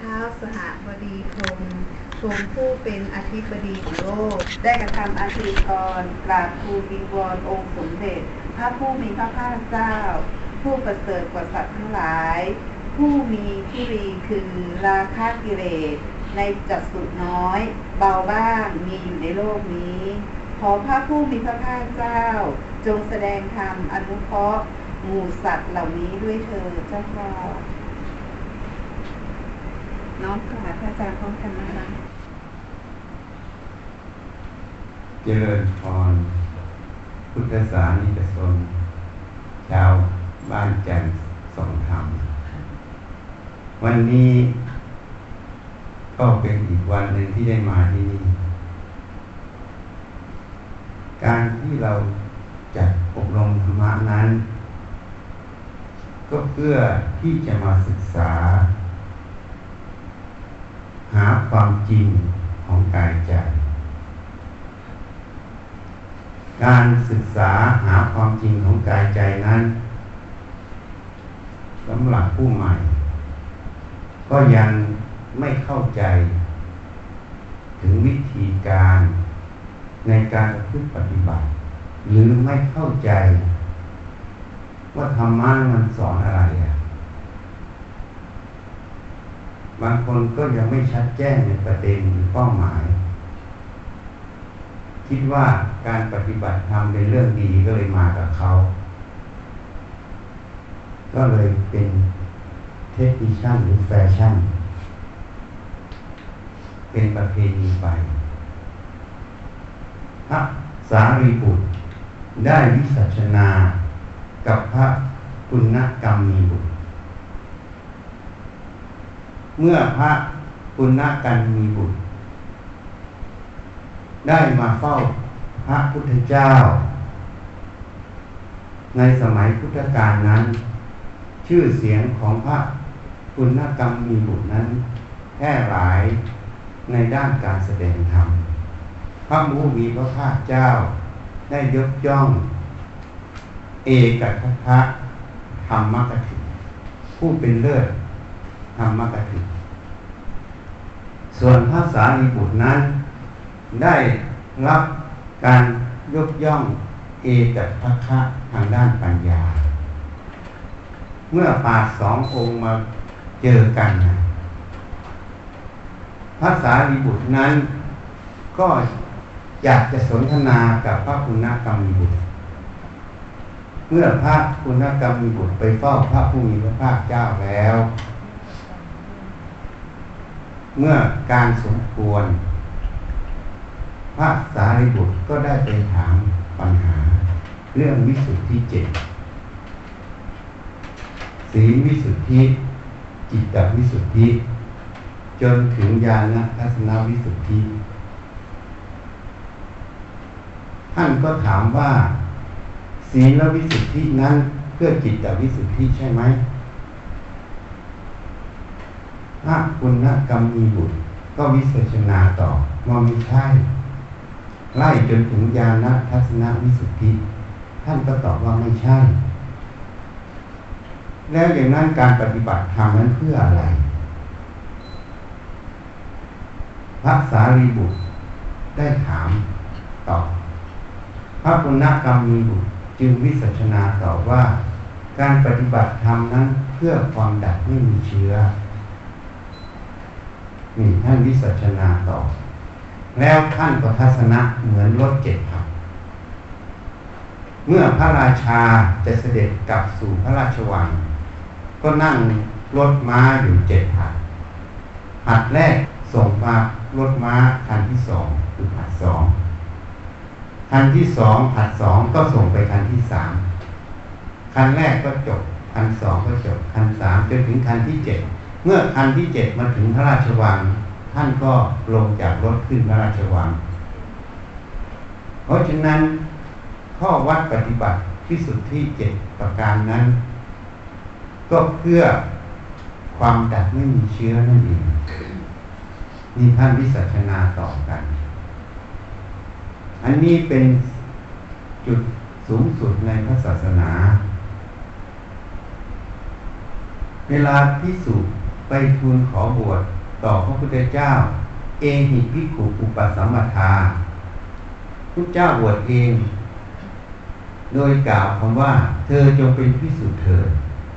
ท้าวสหบดีพรหมทรงผู้เป็นอธิบดีของโลกได้กระทำอาชีพรกราบทูลวิงวอนองค์สมเด็จพระผู้มีพระภาคเจ้าผู้ประเสริฐกว่าสัตว์ทั้งหลายผู้มีที่รีคือราคะกิเลสในจักษุน้อยเบาบ้างมีอยู่ในโลกนี้ขอพระผู้มีพระภาคเจ้าจงแสดงธรรมอนุเคราะห์หมู่สัตว์เหล่านี้ด้วยเถิดเจ้าค่ะน้อมกราบพระอาจารย์พร้อมกันนะคะเจริญพรพุทธศาสนิกชนชาวบ้านแจ่มส่งธรรมวันนี้ก็เป็นอีกวันหนึ่งที่ได้มาที่นี่การที่เราจัดอบรมธรรมะนั้น ก็เพื่อที่จะมาศึกษาหาความจริงของกายใจการศึกษาหาความจริงของกายใจนั้นสำหรับผู้ใหม่ก็ยังไม่เข้าใจถึงวิธีการในการประพฤติปฏิบัติหรือไม่เข้าใจว่าธรรมะมันสอนอะไรบางคนก็ยังไม่ชัดแจ้งในประเด็นเป้าหมายคิดว่าการปฏิบัติธรรมเป็นเรื่องดีก็เลยมากับเขาก็เลยเป็นเทคนิชั่นหรือแฟชั่นเป็นประเพณีไปพระสารีบุตรได้วิสัชนากับพระปุณกรรมีบุตรเมื่อพระปุณกรรมีบุตรได้มาเฝ้าพระพุทธเจ้าในสมัยพุทธกาลนั้นชื่อเสียงของพระปุณกรรมีบุตรนั้นแพร่หลายในด้านการแสดงธรรมพระผู้มีพระภาคเจ้าได้ยกย่องเอกทัคคะธรรมกถิผู้เป็นเลิศธรรมกถิส่วนพระสารีบุตรนั้นได้รับการยกย่องเอกทัคคะทางด้านปัญญาเมื่อปราชญ์สององค์มาเจอกันพระสารีบุตรนั้นก็อยากจะสนทนากับพระปุณกรรมีบุตรเมื่อพระปุณกรรมีบุตรไปเฝ้าพระผู้มีพระภาคเจ้าแล้วเมื่อการสมควรพระสารีบุตรก็ได้ไปถามปัญหาเรื่องวิสุทธิเจ็ดศีลวิสุทธิจิตตวิสุทธิจนถึงญาณทัศนวิสุทธิท่านก็ถามว่าศีลวิสุทธินั้นเพื่อจิตตวิสุทธิใช่ไหมพระปุณกรรมีบุตรก็วิสัชนาต่อว่าไม่ใช่ไล่จนถึงญาณทัศนวิสุทธิท่านก็ตอบว่าไม่ใช่แล้วอย่างนั้นการปฏิบัติธรรมนั้นเพื่ออะไรพระสารีบุตรได้ถามตอบพระปุณกรรมีบุตรจึงวิสัชนาตอบว่าการปฏิบัติธรรมนั้นเพื่อความดับไม่มีเชื้อนี่ท่านวิสัชนาตอบแล้วท่านก็ทัศนะเหมือนรถเจ็ดขับเมื่อพระราชาจะเสด็จกลับสู่พระราชวังก็นั่งรถม้าอยู่เจ็ดหัดหัดแรกส่งมารถม้าคันที่สองคือหัดสองคันที่สองหัดสองก็ส่งไปคันที่สามคันแรกก็จบคันสองก็จบคันสามจนถึงคันที่เจ็ดเมื่อคันที่เจ็ดมาถึงพระราชวังท่านก็ลงจากรถขึ้นพระราชวังเพราะฉะนั้นข้อวัดปฏิบัติที่สุดที่เจ็ดประการนั้นก็เพื่อความดับไม่มีเชื้อนั่นเองนี่ท่านวิสัชนาต่อกันอันนี้เป็นจุดสูงสุดในพระศาสนาเวลาภิกษุไปทูลขอบวชต่อพระพุทธเจ้าเอหิภิกขุอุปสัมปทาพุทธเจ้าบวชเองโดยกล่าวคำว่าเธอจงเป็นภิกษุเถิด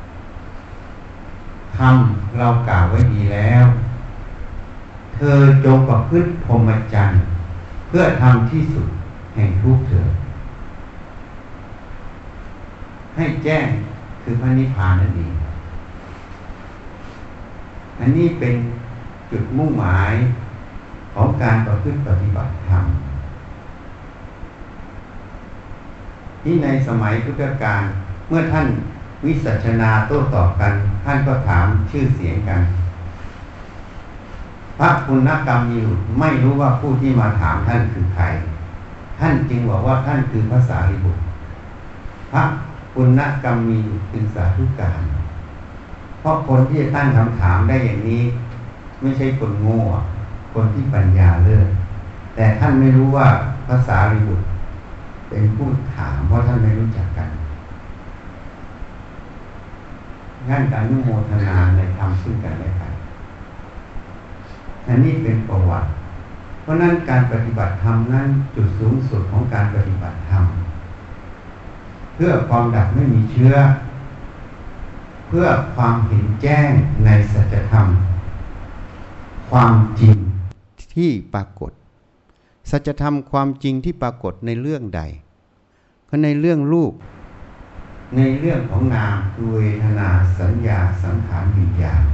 ธรรมเรากล่าวไว้ดีแล้วเธอจงประพฤติพรหมจรรย์เพื่อทำที่สุดแห่งทุกข์เถิดให้แจ้งคือพระนิพพานนั่นเองอันนี้เป็นจุดมุ่งหมายของการประพฤติปฏิบัติธรรมที่ในสมัยพุทธกาลเมื่อท่านวิสัชนาโต้ตอบกันท่านก็ถามชื่อเสียงกันพระปุณณกรรมอยู่ไม่รู้ว่าผู้ที่มาถามท่านคือใครท่านจึงบอกว่าท่านคือพระสารีบุตรพระปุณณกรรมมีคือสาธุการเพราะคนที่จะตั้งคำถามได้อย่างนี้ไม่ใช่คนโง่คนที่ปัญญาเลิศแต่ท่านไม่รู้ว่าพระสารีบุตรเป็นผู้ถามเพราะท่านไม่รู้จักกันงั้นการอนุโมทนาในธรรมซึ่งกันและกันอันนี้เป็นประวัติเพราะนั้นการปฏิบัติธรรมนั้นจุดสูงสุดของการปฏิบัติธรรมเพื่อความดับไม่มีเชื้อเพื่อความเห็นแจ้งในสัจธรรมความจริงที่ปรากฏสัจธรรมความจริงที่ปรากฏในเรื่องใดก็ในเรื่องรูปในเรื่องของนามคือเวทนาสัญญาสังขารวิญญาณ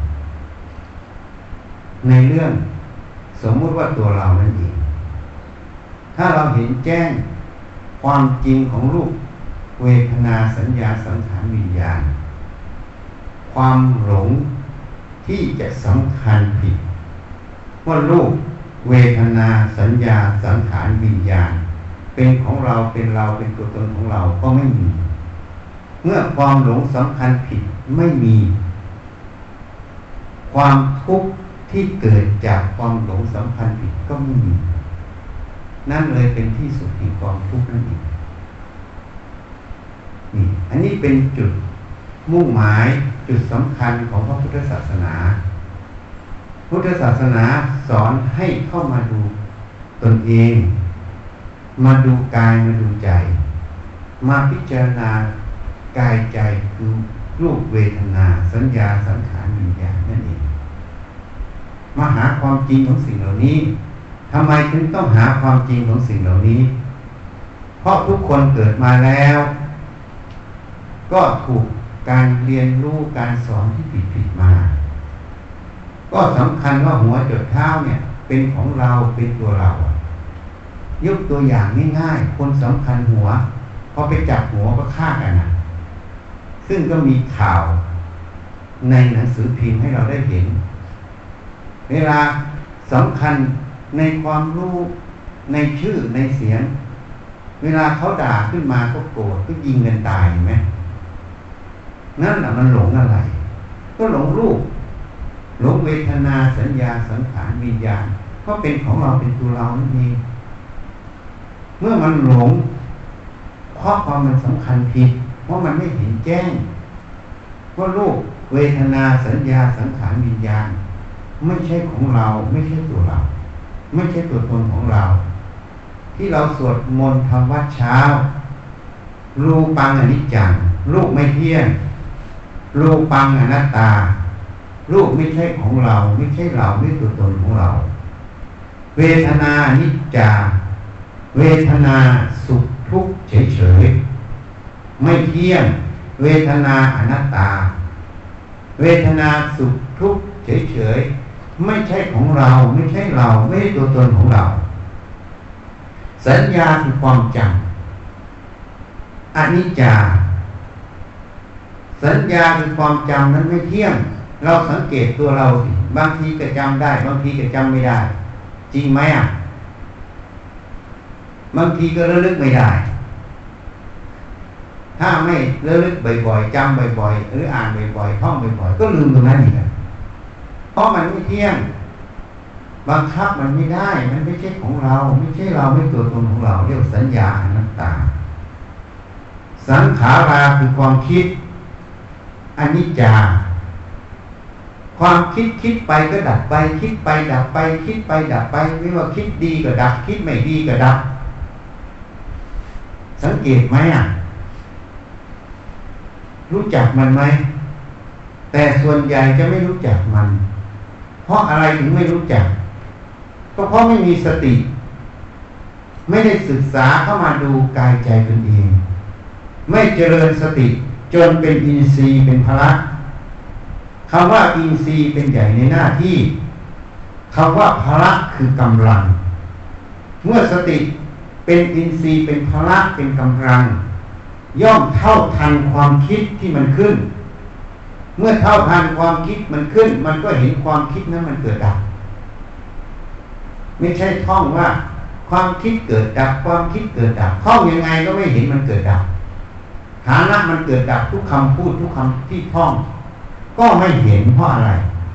ในเรื่องสมมุติว่าตัวเรานั่นเองถ้าเราเห็นแจ้งความจริงของรูปเวทนาสัญญาสังขารวิญญาณความหลงที่จะสำคัญผิดว่ารูปเวทนาสัญญาสังขารวิญญาณเป็นของเราเป็นเราเป็นตัวตนของเราก็ไม่มีเมื่อความหลงสำคัญผิดไม่มีความทุกข์ที่เกิดจากความหลงสำคัญผิดก็ไม่มีนั่นเลยเป็นที่สุดแห่งความทุกข์นั่นเองนี่อันนี้เป็นจุดมุ่งหมายจุดสำคัญของพระพุทธศาสนาพุทธศาสนาสอนให้เข้ามาดูตนเองมาดูกายมาดูใจมาพิจารณากายใจคือรูปเวทนาสัญญาสังขารวิญญาณนั่นเองมาหาความจริงของสิ่งเหล่านี้ทำไมถึงต้องหาความจริงของสิ่งเหล่านี้เพราะทุกคนเกิดมาแล้วก็ถูกการเรียนรู้การสอนที่ผิดมาก็สำคัญว่าหัวจดเท้าเนี่ยเป็นของเราเป็นตัวเรายกตัวอย่างง่ายๆคนสำคัญหัวพอไปจับหัวก็ฆ่ากันนะซึ่งก็มีข่าวในหนังสือพิมพ์ให้เราได้เห็นเวลาสำคัญในความรู้ในชื่อในเสียงเวลาเขาด่าขึ้นมาก็โกรธก็ยิงกันตายเห็นไหมนั่นแหละมันหลงอะไรก็หลงรูปหลงเวทนาสัญญาสังขารวิญญาณก็เป็นของเราเป็นตัวเรานั่นเองเมื่อมันหลงเพราะความมันสำคัญผิดเพราะมันไม่เห็นแจ้งว่ารูปเวทนาสัญญาสังขารวิญญาณไม่ใช่ของเราไม่ใช่ตัวเราไม่ใช่ตัวตนของเราที่เราสวดมนต์ทำวัดเช้ารูปังอนิจจังรูปไม่เที่ยงรูปังอนัตตารูปไม่ใช่ของเราไม่ใช่เราไม่ตัวตนของเราเวทนาอนิจจาเวทนาสุขทุกข์เฉยๆไม่เที่ยงเวทนาอนัตตาเวทนาสุขทุกข์เฉยๆไม่ใช่ของเราไม่ใช่เราไม่ใช่ตัวตนของเราสัญญาคือความจำอนิจจาสัญญาคือความจำนั้นไม่เที่ยงเราสังเกตตัวเราสิบางทีก็จำได้บางทีก็จำไม่ได้จริงไหมบางทีก็ระลึกไม่ได้ถ้าไม่ระลึกบ่อยๆจำบ่อยๆหรืออ่านบ่อยๆท่องบ่อยๆก็ลืมตรงนั้นอีกเพราะมันไม่เที่ยงบังคับมันไม่ได้มันไม่ใช่ของเราไม่ใช่เราไม่ตัวตนของเราเรียกสัญญาอนัตตาสังขาราคือความคิดอนิจจาความคิดไปก็ดับไปคิดไปดับไปคิดไปดับไปไม่ว่าคิดดีก็ดับคิดไม่ดีก็ดับสังเกตไหมรู้จักมันไหมแต่ส่วนใหญ่จะไม่รู้จักมันเพราะอะไรถึงไม่รู้จักก็เพราะไม่มีสติไม่ได้ศึกษาเข้ามาดูกายใจตนเองไม่เจริญสติจนเป็นอินทรีย์เป็นพละคำว่าอินทรีย์เป็นใหญ่ในหน้าที่คำว่าพละคือกำลังเมื่อสติเป็นอินทรีย์เป็นพละเป็นกำลังย่อมเท่าทันความคิดที่มันขึ้นเมื่อเท่าทันความคิดมันขึ้นมันก็เห็นความคิดนั้นมันเกิดดับไม่ใช่ท่องว่าความคิดเกิดดับความคิดเกิดดับท่องยังไงก็ไม่เห็นมันเกิดดับฐานะมันเกิดดับทุกคำพูดทุกคำที่ท่องก็ไม่เห็นเพราะอะไร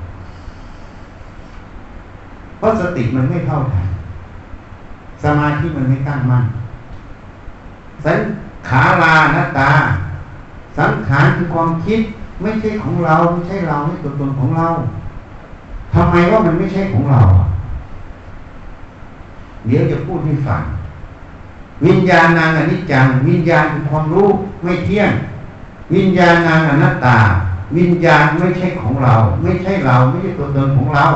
เพราะสติมันไม่เท่าทันสมาธิมันไม่ตั้งมั่นสังขารานัตตาสังขารคือความคิดไม่ใช่ของเราไม่ใช่เราไม่ตัวตนของเราทำไมว่ามันไม่ใช่ของเราเดี๋ยวจะพูดให้ฟังวิญญาณนางอนิจจังวิญญาณคือความรู้ไม่เที่ยงวิญญาณนางอนัตตาวิญญาณไม่ใช่ของเราไม่ใช่เราไม่ใช่ตัวตนของเรา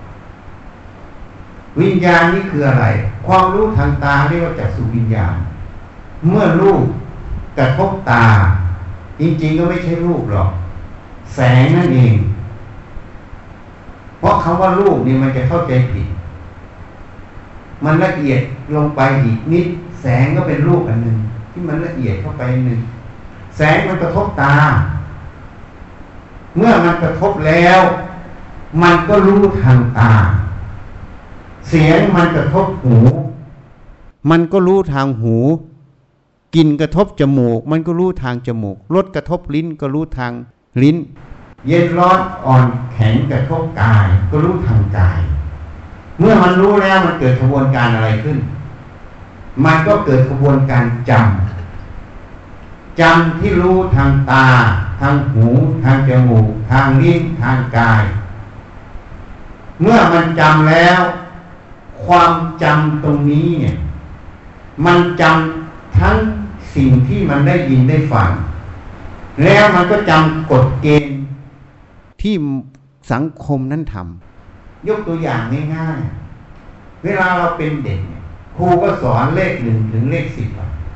วิญญาณนี่คืออะไรความรู้ทางตาเรียกว่าจักษุวิญญาณเมื่อรูปกระทบตาจริงๆก็ไม่ใช่รูปหรอกแสงนั่นเองเพราะคำว่ารูปนี่มันจะเข้าใจผิดมันละเอียดลงไปอีกนิดแสงก็เป็นรูปอันหนึ่งที่มันละเอียดเข้าไปหนึ่งแสงมันกระทบตาเมื่อมันกระทบแล้วมันก็รู้ทางตาเสียงมันกระทบหูมันก็รู้ทางหูกลิ่นกระทบจมูกมันก็รู้ทางจมูกรสกระทบลิ้นก็รู้ทางลิ้นเย็นร้อนอ่อนแข็งกระทบกายก็รู้ทางกายเมื่อมันรู้แล้วมันเกิดกระบวนการอะไรขึ้นมันก็เกิดกระบวนการจำที่รู้ทางตาทางหูทางจมูกทางลิ้นทางกายเมื่อมันจำแล้วความจำตรงนี้เนี่ยมันจำทั้งสิ่งที่มันได้ยินได้ฟังแล้วมันก็จำกฎเกณฑ์ที่สังคมนั้นทำยกตัวอย่างง่ายๆเวลาเราเป็นเด็กครูก็สอนเลข1ถึงเลข10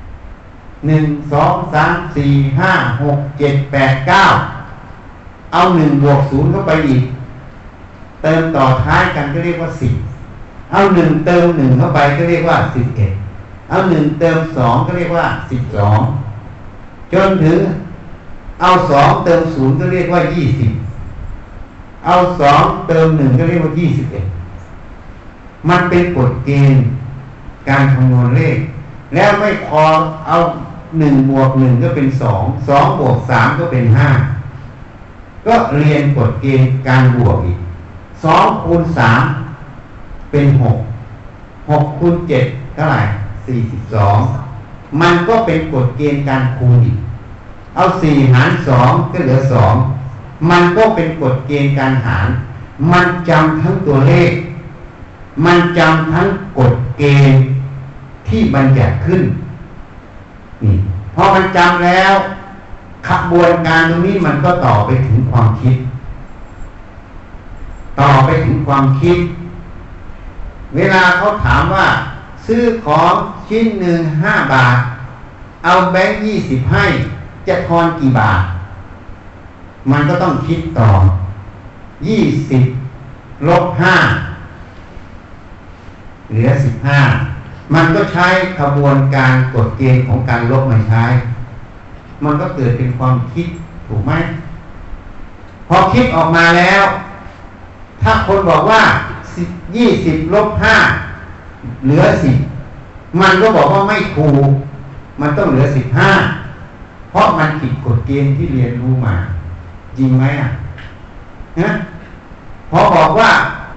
1 2 3 4 5 6 7 8 9เอา1 บวก 0เข้าไปอีกเติมต่อท้ายกันก็เรียกว่า10เอา1เติม1เข้าไปก็เรียกว่า11เอา1เติม2ก็เรียกว่า12จนถึงเอา2เติม0ก็เรียกว่า20เอา2เติม1ก็เรียกว่า21มันเป็นกฎเกณฑ์การคำนวณเลขแล้วไม่พอเอา1 บวก 1ก็เป็น2 2 บวก 3ก็เป็น5ก็เรียนกฎเกณฑ์การบวกอีก2 คูณ 3เป็น6 6 คูณ 7เท่าไหร่42มันก็เป็นกฎเกณฑ์การคูณอีกเอา4หาร2ก็เหลือ2มันก็เป็นกฎเกณฑ์การหารมันจำทั้งตัวเลขมันจำทั้งกฎเกณฑ์ที่บัญญัติขึ้นนี่พอมันจำแล้วขบวนการตรงนี้มันก็ต่อไปถึงความคิดเวลาเขาถามว่าซื้อของชิ้นหนึ่ง5 บาทเอาแบงค์20ให้จะทอนกี่บาทมันก็ต้องคิดต่อ20ลบ5เหลือ15มันก็ใช้กระบวนการกฎเกณฑ์ของการลบมาใช้มันก็เกิดเป็นความคิดถูกไหมพอคิดออกมาแล้วถ้าคนบอกว่า20ลบ5เหลือ10มันก็บอกว่าไม่ถูกมันต้องเหลือ15เพราะมันผิดกฎเกณฑ์ที่เรียนรู้มาจริงไหมนะพอบอกว่า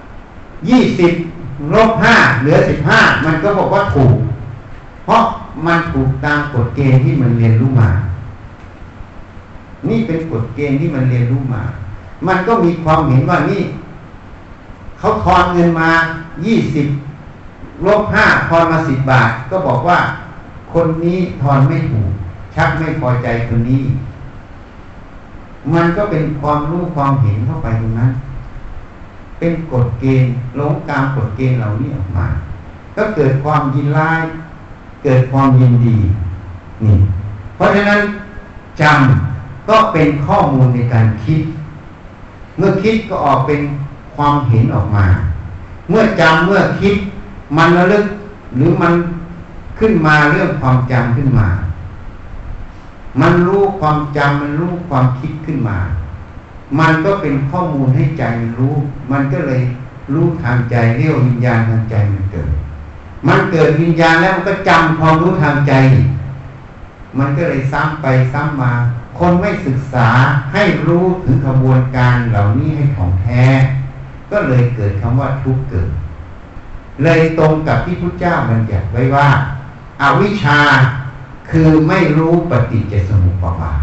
20ลบ5เหลือ15มันก็บอกว่าถูกเพราะมันถูกตามกฎเกณฑ์ที่มันเรียนรู้มานี่เป็นกฎเกณฑ์ที่มันเรียนรู้มามันก็มีความเห็นว่านี่เขาทอนเงินมา20 ลบ 5ทอนมา10 บาทก็บอกว่าคนนี้ทอนไม่ถูกชักไม่พอใจคนนี้มันก็เป็นความรู้ความเห็นเข้าไปตรงนั้นเป็นกฎเกณฑ์หลงตามกฎเกณฑ์เหล่านี้ออกมาก็เกิดความยินร้ายเกิดความยินดีนี่เพราะฉะนั้นจำก็เป็นข้อมูลในการคิดเมื่อคิดก็ออกเป็นความเห็นออกมาเมื่อจำเมื่อคิดมันระลึกหรือมันขึ้นมาเรื่องความจำขึ้นมามันรู้ความจำมันรู้ความคิดขึ้นมามันก็เป็นข้อมูลให้ใจมันรู้มันก็เลยรู้ทางใจเรียกวิญญาณทางใจมันเกิดวิญญาณแล้วมันก็จำความรู้ทางใจมันก็เลยซ้ำไปซ้ำมาคนไม่ศึกษาให้รู้ถึงกระบวนการเหล่านี้ให้ถ่องแท้ก็เลยเกิดคำว่าทุกข์เกิดเลยตรงกับที่พุทธเจ้าบัญญัติไว้ว่าอวิชชาคือไม่รู้ปฏิจจสมุปบาท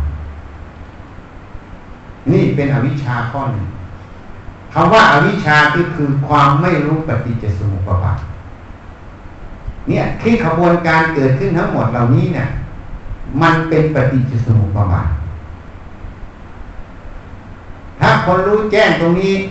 นี่เป็นอวิชชาข้อหนึ่งคำว่าอวิชชาคือความไม่รู้ปฏิจจสมุปบาทเนี่ยที่ขบวนการเกิดขึ้นทั้งหมดเหล่านี้เนี่ยมันเป็นปฏิจจสมุปบาทถ้าคนรู้แจ้งตรงนี้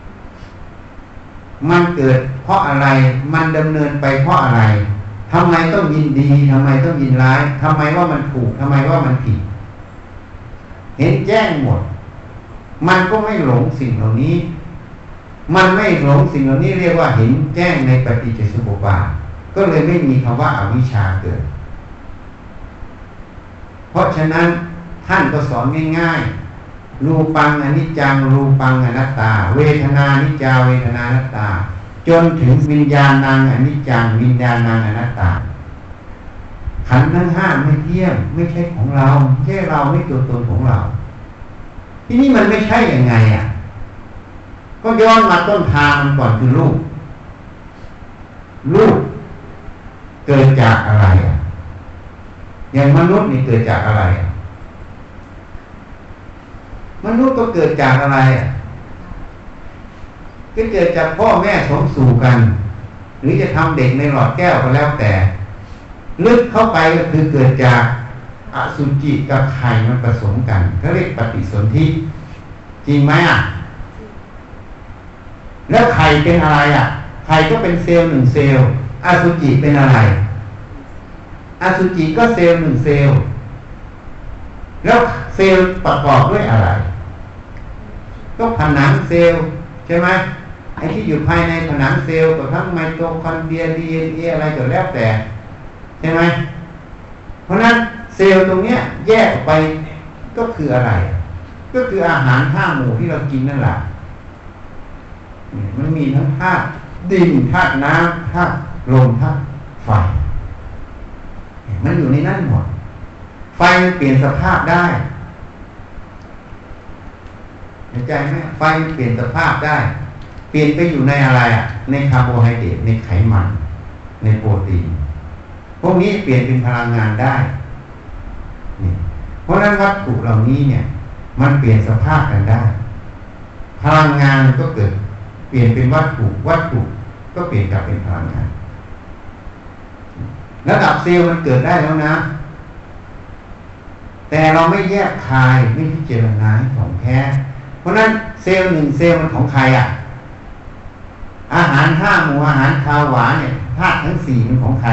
มันเกิดเพราะอะไรมันดำเนินไปเพราะอะไรทำไมต้องยินดีทำไมต้องยินร้ายทำไมว่ามันถูกทำไมว่ามันผิดเห็นแจ้งหมดมันก็ไม่หลงสิ่งเหล่านี้มันไม่หลงสิ่งเหล่านี้เรียกว่าเห็นแจ้งในปฏิจจสมุปบาทก็เลยไม่มีคำว่าอวิชชาเกิดเพราะฉะนั้นท่านก็สอนง่ายๆรูปังอนิจจังรูปังอนัตตาเวทนานิจจาเวทนานัตตาจนถึงวิญญาณังอนิจจังวิญญาณังอนัตตาขันธ์ทั้ง5ไม่เที่ยงไม่ใช่ของเราไม่ใช่เราไม่ตัวตนของเราที่นี่มันไม่ใช่ยังไงอ่ะก็ย้อนมาต้นทางมันก่อนคือรูปเกิดจากอะไรอ่ะอย่างมนุษย์นี่เกิดจากอะไรอ่ะมนุษย์ก็เกิดจากอะไรอ่ะก็เกิดจากพ่อแม่สมสู่กันหรือจะทำเด็กในหลอดแก้วก็แล้วแต่ลึกเข้าไปก็คือเกิดจากอสุจิกับไข่มันผสมกันเขาเรียกปฏิสนธิจริงไหมอ่ะแล้วไข่เป็นอะไรอ่ะไข่ก็เป็นเซลล์1 เซลล์อสุจิเป็นอะไรอสุจิก็เซลล์1 เซลล์แล้วเซลล์ประกอบด้วยอะไรก็ผนังเซลล์ใช่ไหมไอ้ที่อยู่ภายในผนังเซลล์กับทั้งไมโตคอนเดรีย DNA อะไรก็แล้วแต่ใช่ไหมเพราะนั้นเซลล์ตรงเนี้ยแยกออกไปก็คืออะไรก็คืออาหาร5 หมู่ที่เรากินนั่นแหละมันมีทั้งธาตุดินธาตุน้ำธาตุลมธาตุไฟมันอยู่ในนั้นหมดไฟมันเปลี่ยนสภาพได้เห็นใจไหมไฟมันเปลี่ยนสภาพได้เปลี่ยนไปอยู่ในอะไรอ่ะในคาร์โบไฮเดรตในไขมันในโปรตีนพวกนี้เปลี่ยนเป็นพลังงานได้นี่เพราะฉะนั้นวัตถุเหล่านี้เนี่ยมันเปลี่ยนสภาพกันได้พลังงานก็เกิดเปลี่ยนเป็นวัตถุก็เปลี่ยนกลับเป็นพลังงานระดับเซลล์มันเกิดได้แล้วนะแต่เราไม่แยกคายไม่พิจารณาให้ถ่องแท้เพราะนั้นเซลล์1 เซลล์มันของใครอ่ะอาหาร5 หมู่อาหารคาวหวานเนี่ยธาตุทั้ง4มันของใคร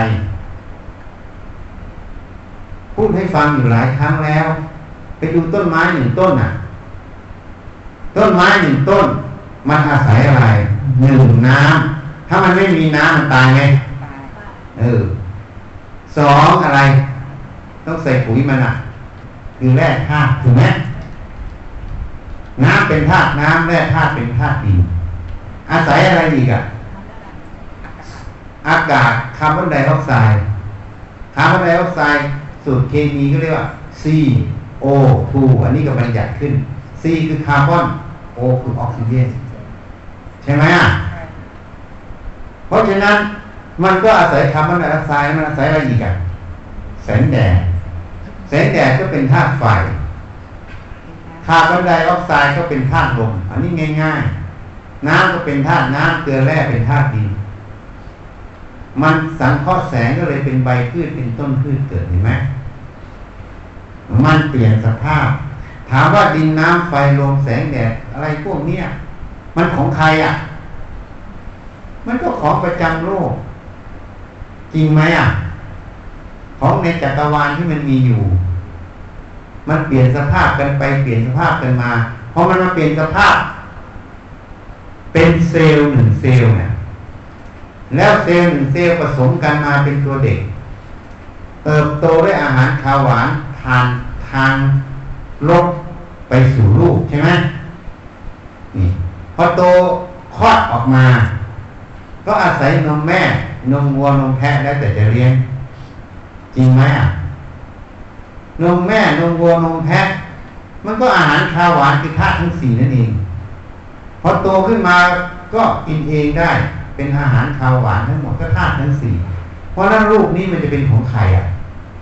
พูดให้ฟังอยู่หลายครั้งแล้วไปดูต้นไม้1 ต้นอ่ะต้นไม้1 ต้นมันอาศัยอะไร1 น้ำถ้ามันไม่มีน้ำมันตายไหม2อะไรต้องใส่ปุ๋ยมันอ่ะคือแร่ธาตุถูกไหมน้ำเป็นธาตุน้ำแร่ธาตุเป็นธาตุดินอาศัยอะไรอีกอ่ะอากาศคาร์บอนไดออกไซด์สูตรเคมีก็เรียกว่า CO2 อันนี้ก็บัญญัติขึ้น C คือคาร์บอน O คือออกซิเจนใช่ไหมอ่ะเพราะฉะนั้นมันก็อาศัยคาร์บอนไดออกไซด์มันอาศัยอะไรอีกอ่ะแสงแดดก็เป็นธาตุไฟคาร์บอนไดออกไซด์ก็เป็นธาตุลมอันนี้ง่ายๆน้ำก็เป็นธาตุน้ำเกลือแร่เป็นธาตุดินมันสังเคราะห์แสงก็เลยเป็นใบพืชเป็นต้นพืชเกิดเห็นไหมมันเปลี่ยนสภาพถามว่าดินน้ำไฟลมแสงแดดอะไรพวกเนี้ยมันของใครอ่ะมันก็ของประจำโลกจริงไหมอ่ะของในจักรวาลที่มันมีอยู่มันเปลี่ยนสภาพกันไปเปลี่ยนสภาพกันมาพอมันมาเปลี่ยนสภาพเป็นเซลล์หนึ่งเซลล์เนี่ยแล้วเซลล์หนึ่งเซลล์ผสมกันมาเป็นตัวเด็กเติบโตด้วยอาหารคาวหวานทางลบไปสู่ลูกใช่ไหมนี่พอโตคลอดออกมาก็อาศัยนมแม่นมวัวนมแพะแล้วแต่จะเลี้ยงจริงไหมอ่ะนมแม่นมวัวนมแพะมันก็อาหารคาวหวานคือธาตุทั้งสี่นั่นเองพอโตขึ้นมาก็กินเองได้เป็นอาหารคาวหวานทั้งหมดก็ธาตุทั้งสี่เพราะนั้นลูกนี้มันจะเป็นของใครอ่ะ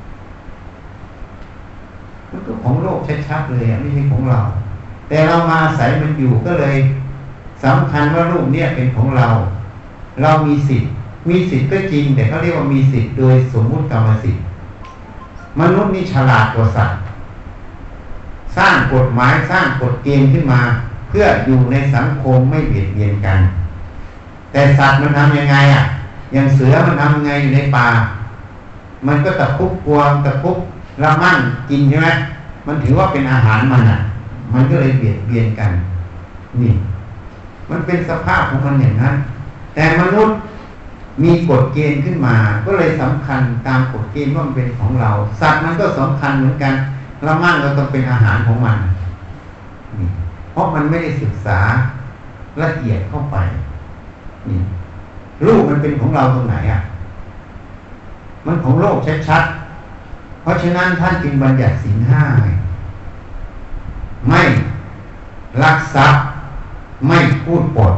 มันก็ของโลกชัดๆเลยไม่ใช่ของเราแต่เรามาอาศัยมันอยู่ก็เลยสำคัญว่าลูกเนี่ยเป็นของเราเรามีสิทธิ์ก็จริงแต่เขาเรียกว่ามีสิทธิ์โดยสมมุติกรรมสิทธิ์มนุษย์นี่ฉลาดกว่าสัตว์สร้างกฎหมายสร้างกฎเกณฑ์ขึ้นมาเพื่ออยู่ในสังคมไม่เบียดเบียนกันแต่สัตว์มันทำยังไงอ่ะอย่างเสือมันทำยังไงอยู่ในป่ามันก็ตะคุบกวางตะคุบละมั่งกินใช่ไหมมันถือว่าเป็นอาหารมันอ่ะมันก็เลยเบียดเบียนกันนี่มันเป็นสภาพของมันอย่างนั้นแต่มนุษย์มีกฎเกณฑ์ขึ้นมาก็เลยสำคัญตามกฎเกณฑ์ว่ามันเป็นของเราสัตว์มันก็สำคัญเหมือนกันละมั่งก็ต้องเป็นอาหารของมันนี่เพราะมันไม่ได้ศึกษาละเอียดเข้าไปนี่ลูกมันเป็นของเราตรงไหนอ่ะมันของโลกชัดๆเพราะฉะนั้นท่านจึงบัญญัติศีลห้าไม่ลักทรัพย์ไม่พูดปด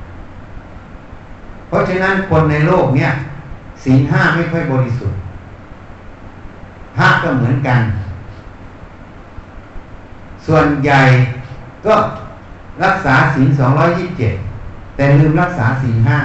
เพราะฉะนั้นคนในโลกเนี่ยศีลห้าไม่ค่อยบริสุทธิ์พระก็เหมือนกันส่วนใหญ่ก็รักษาศีล227แต่ลืมรักษาศีลห้า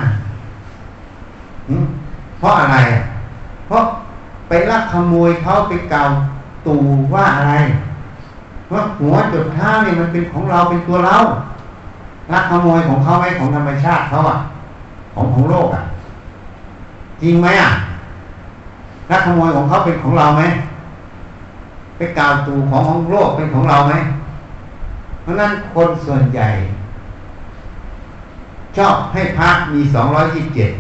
เพราะอะไรเพราะไปลักขโมยเขาไปกล่าวตู่ว่าอะไรว่าหัวจดเท้าเนี่ยมันเป็นของเราเป็นตัวเราลักขโมยของเขาไหมของธรรมชาติเขาอ่ะของโลกอ่ะจริงไหมอ่ะลักขโมยของเขาเป็นของเราไหมไปกล่าวตู่ของโลกเป็นของเราไหมเพราะนั้นคนส่วนใหญ่ชอบให้พระมี227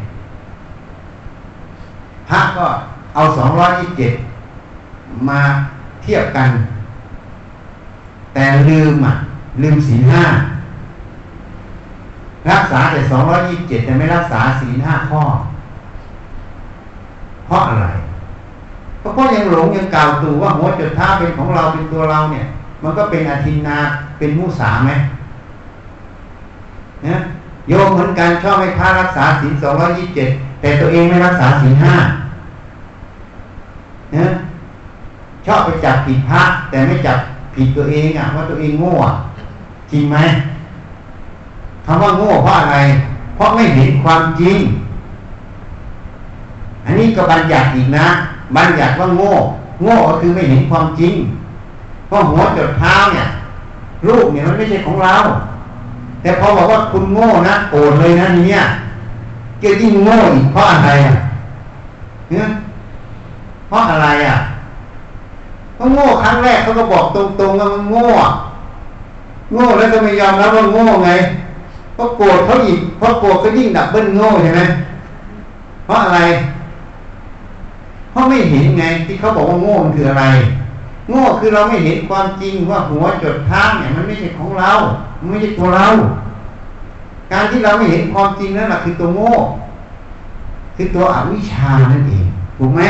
พระก็เอา227มาเทียบกันแต่ลืมศีลห้ารักษาแต่227แต่ไม่รักษาศีล5ข้อเพราะอะไรเพราะยังหลงยังกล่าวตู่ว่าหัวจดเท้าเป็นของเราเป็นตัวเราเนี่ยมันก็เป็นอทินนาเป็นมุสาไหมนะโยมเหมือนกันชอบให้พระรักษาศีล227แต่ตัวเองไม่รักษาศีล5นะชอบไปจับผิดพระแต่ไม่จับผิดตัวเองอ่ะว่าตัวเองโง่จริงไหมคำว่าโง่เพราะอะไรเพราะไม่เห็นความจริงอันนี้ก็บัญญัติอีกนะบัญญัติว่าโง่ก็คือไม่เห็นความจริงเพราะหัวจดเท้าเนี่ยลูกเนี่ยมันไม่ใช่ของเราแต่พอบอกว่าคุณโง่นะโกรธเลยนะเนี่ยเกี่ยวยิ่งโง่อีกเพราะอะไรอ่ะเนี่ยเพราะอะไรอ่ะก็โง่ครั้งแรกเขาก็บอกตรงๆว่ามันโง่แล้วก็ไม่ยอมรับว่าโง่ไงก็โกรธเขาอีกเพราะโกรธก็ยิ่งดับเบิ้ลโง่ใช่ไหมเพราะอะไรเพราะไม่เห็นไงที่เขาบอกว่าโง่มันคืออะไรโง่คือเราไม่เห็นความจริงว่าหัวจดเท้าเนี่ยมันไม่ใช่ของเรามันไม่ใช่ตัวเราการที่เราไม่เห็นความจริงนั่นแหละคือตัวโง่คือตัวอวิชชานั่นเองถูกไหม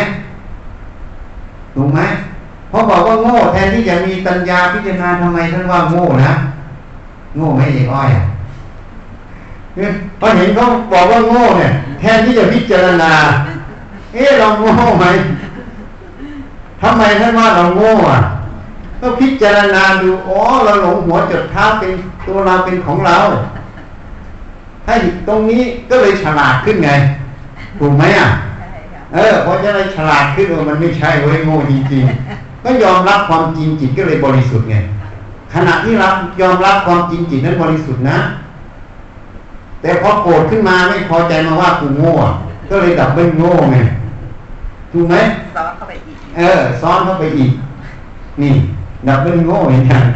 เพราะบอกว่าโง่แทนที่จะมีปัญญาพิจารณาทำไมท่านว่าโง่นะโง่ไม่ใช่อ้อยอ่ะพอเห็นเขาบอกว่าโง่เนี่ยแทนที่จะพิจารณาเราโง่ไหมทำไมท่านว่าเราโง่อ่ะก็พิจารณาดูอ๋อเราหลงหัวจดเท้าเป็นตัวเราเป็นของเราถ้าตรงนี้ก็เลยฉลาดขึ้นไงถูกไหมอ่ะเพราะจะได้ฉลาดขึ้นมันไม่ใช่เว้ยโง่จริงๆก็ยอมรับความจริงจิตก็เลยบริสุทธิ์ไงขณะที่ยอมรับความจริงจิตนั้นบริสุทธิ์นะแต่พอโกรธขึ้นมาไม่พอใจมาว่ากูโง่ก็เลยดับเบิลโง่ไงถูกไหมซ้อนเข้าไปอีกซ้อนเข้าไปอีกนี่ดับเบิลโง่เหมือนกัน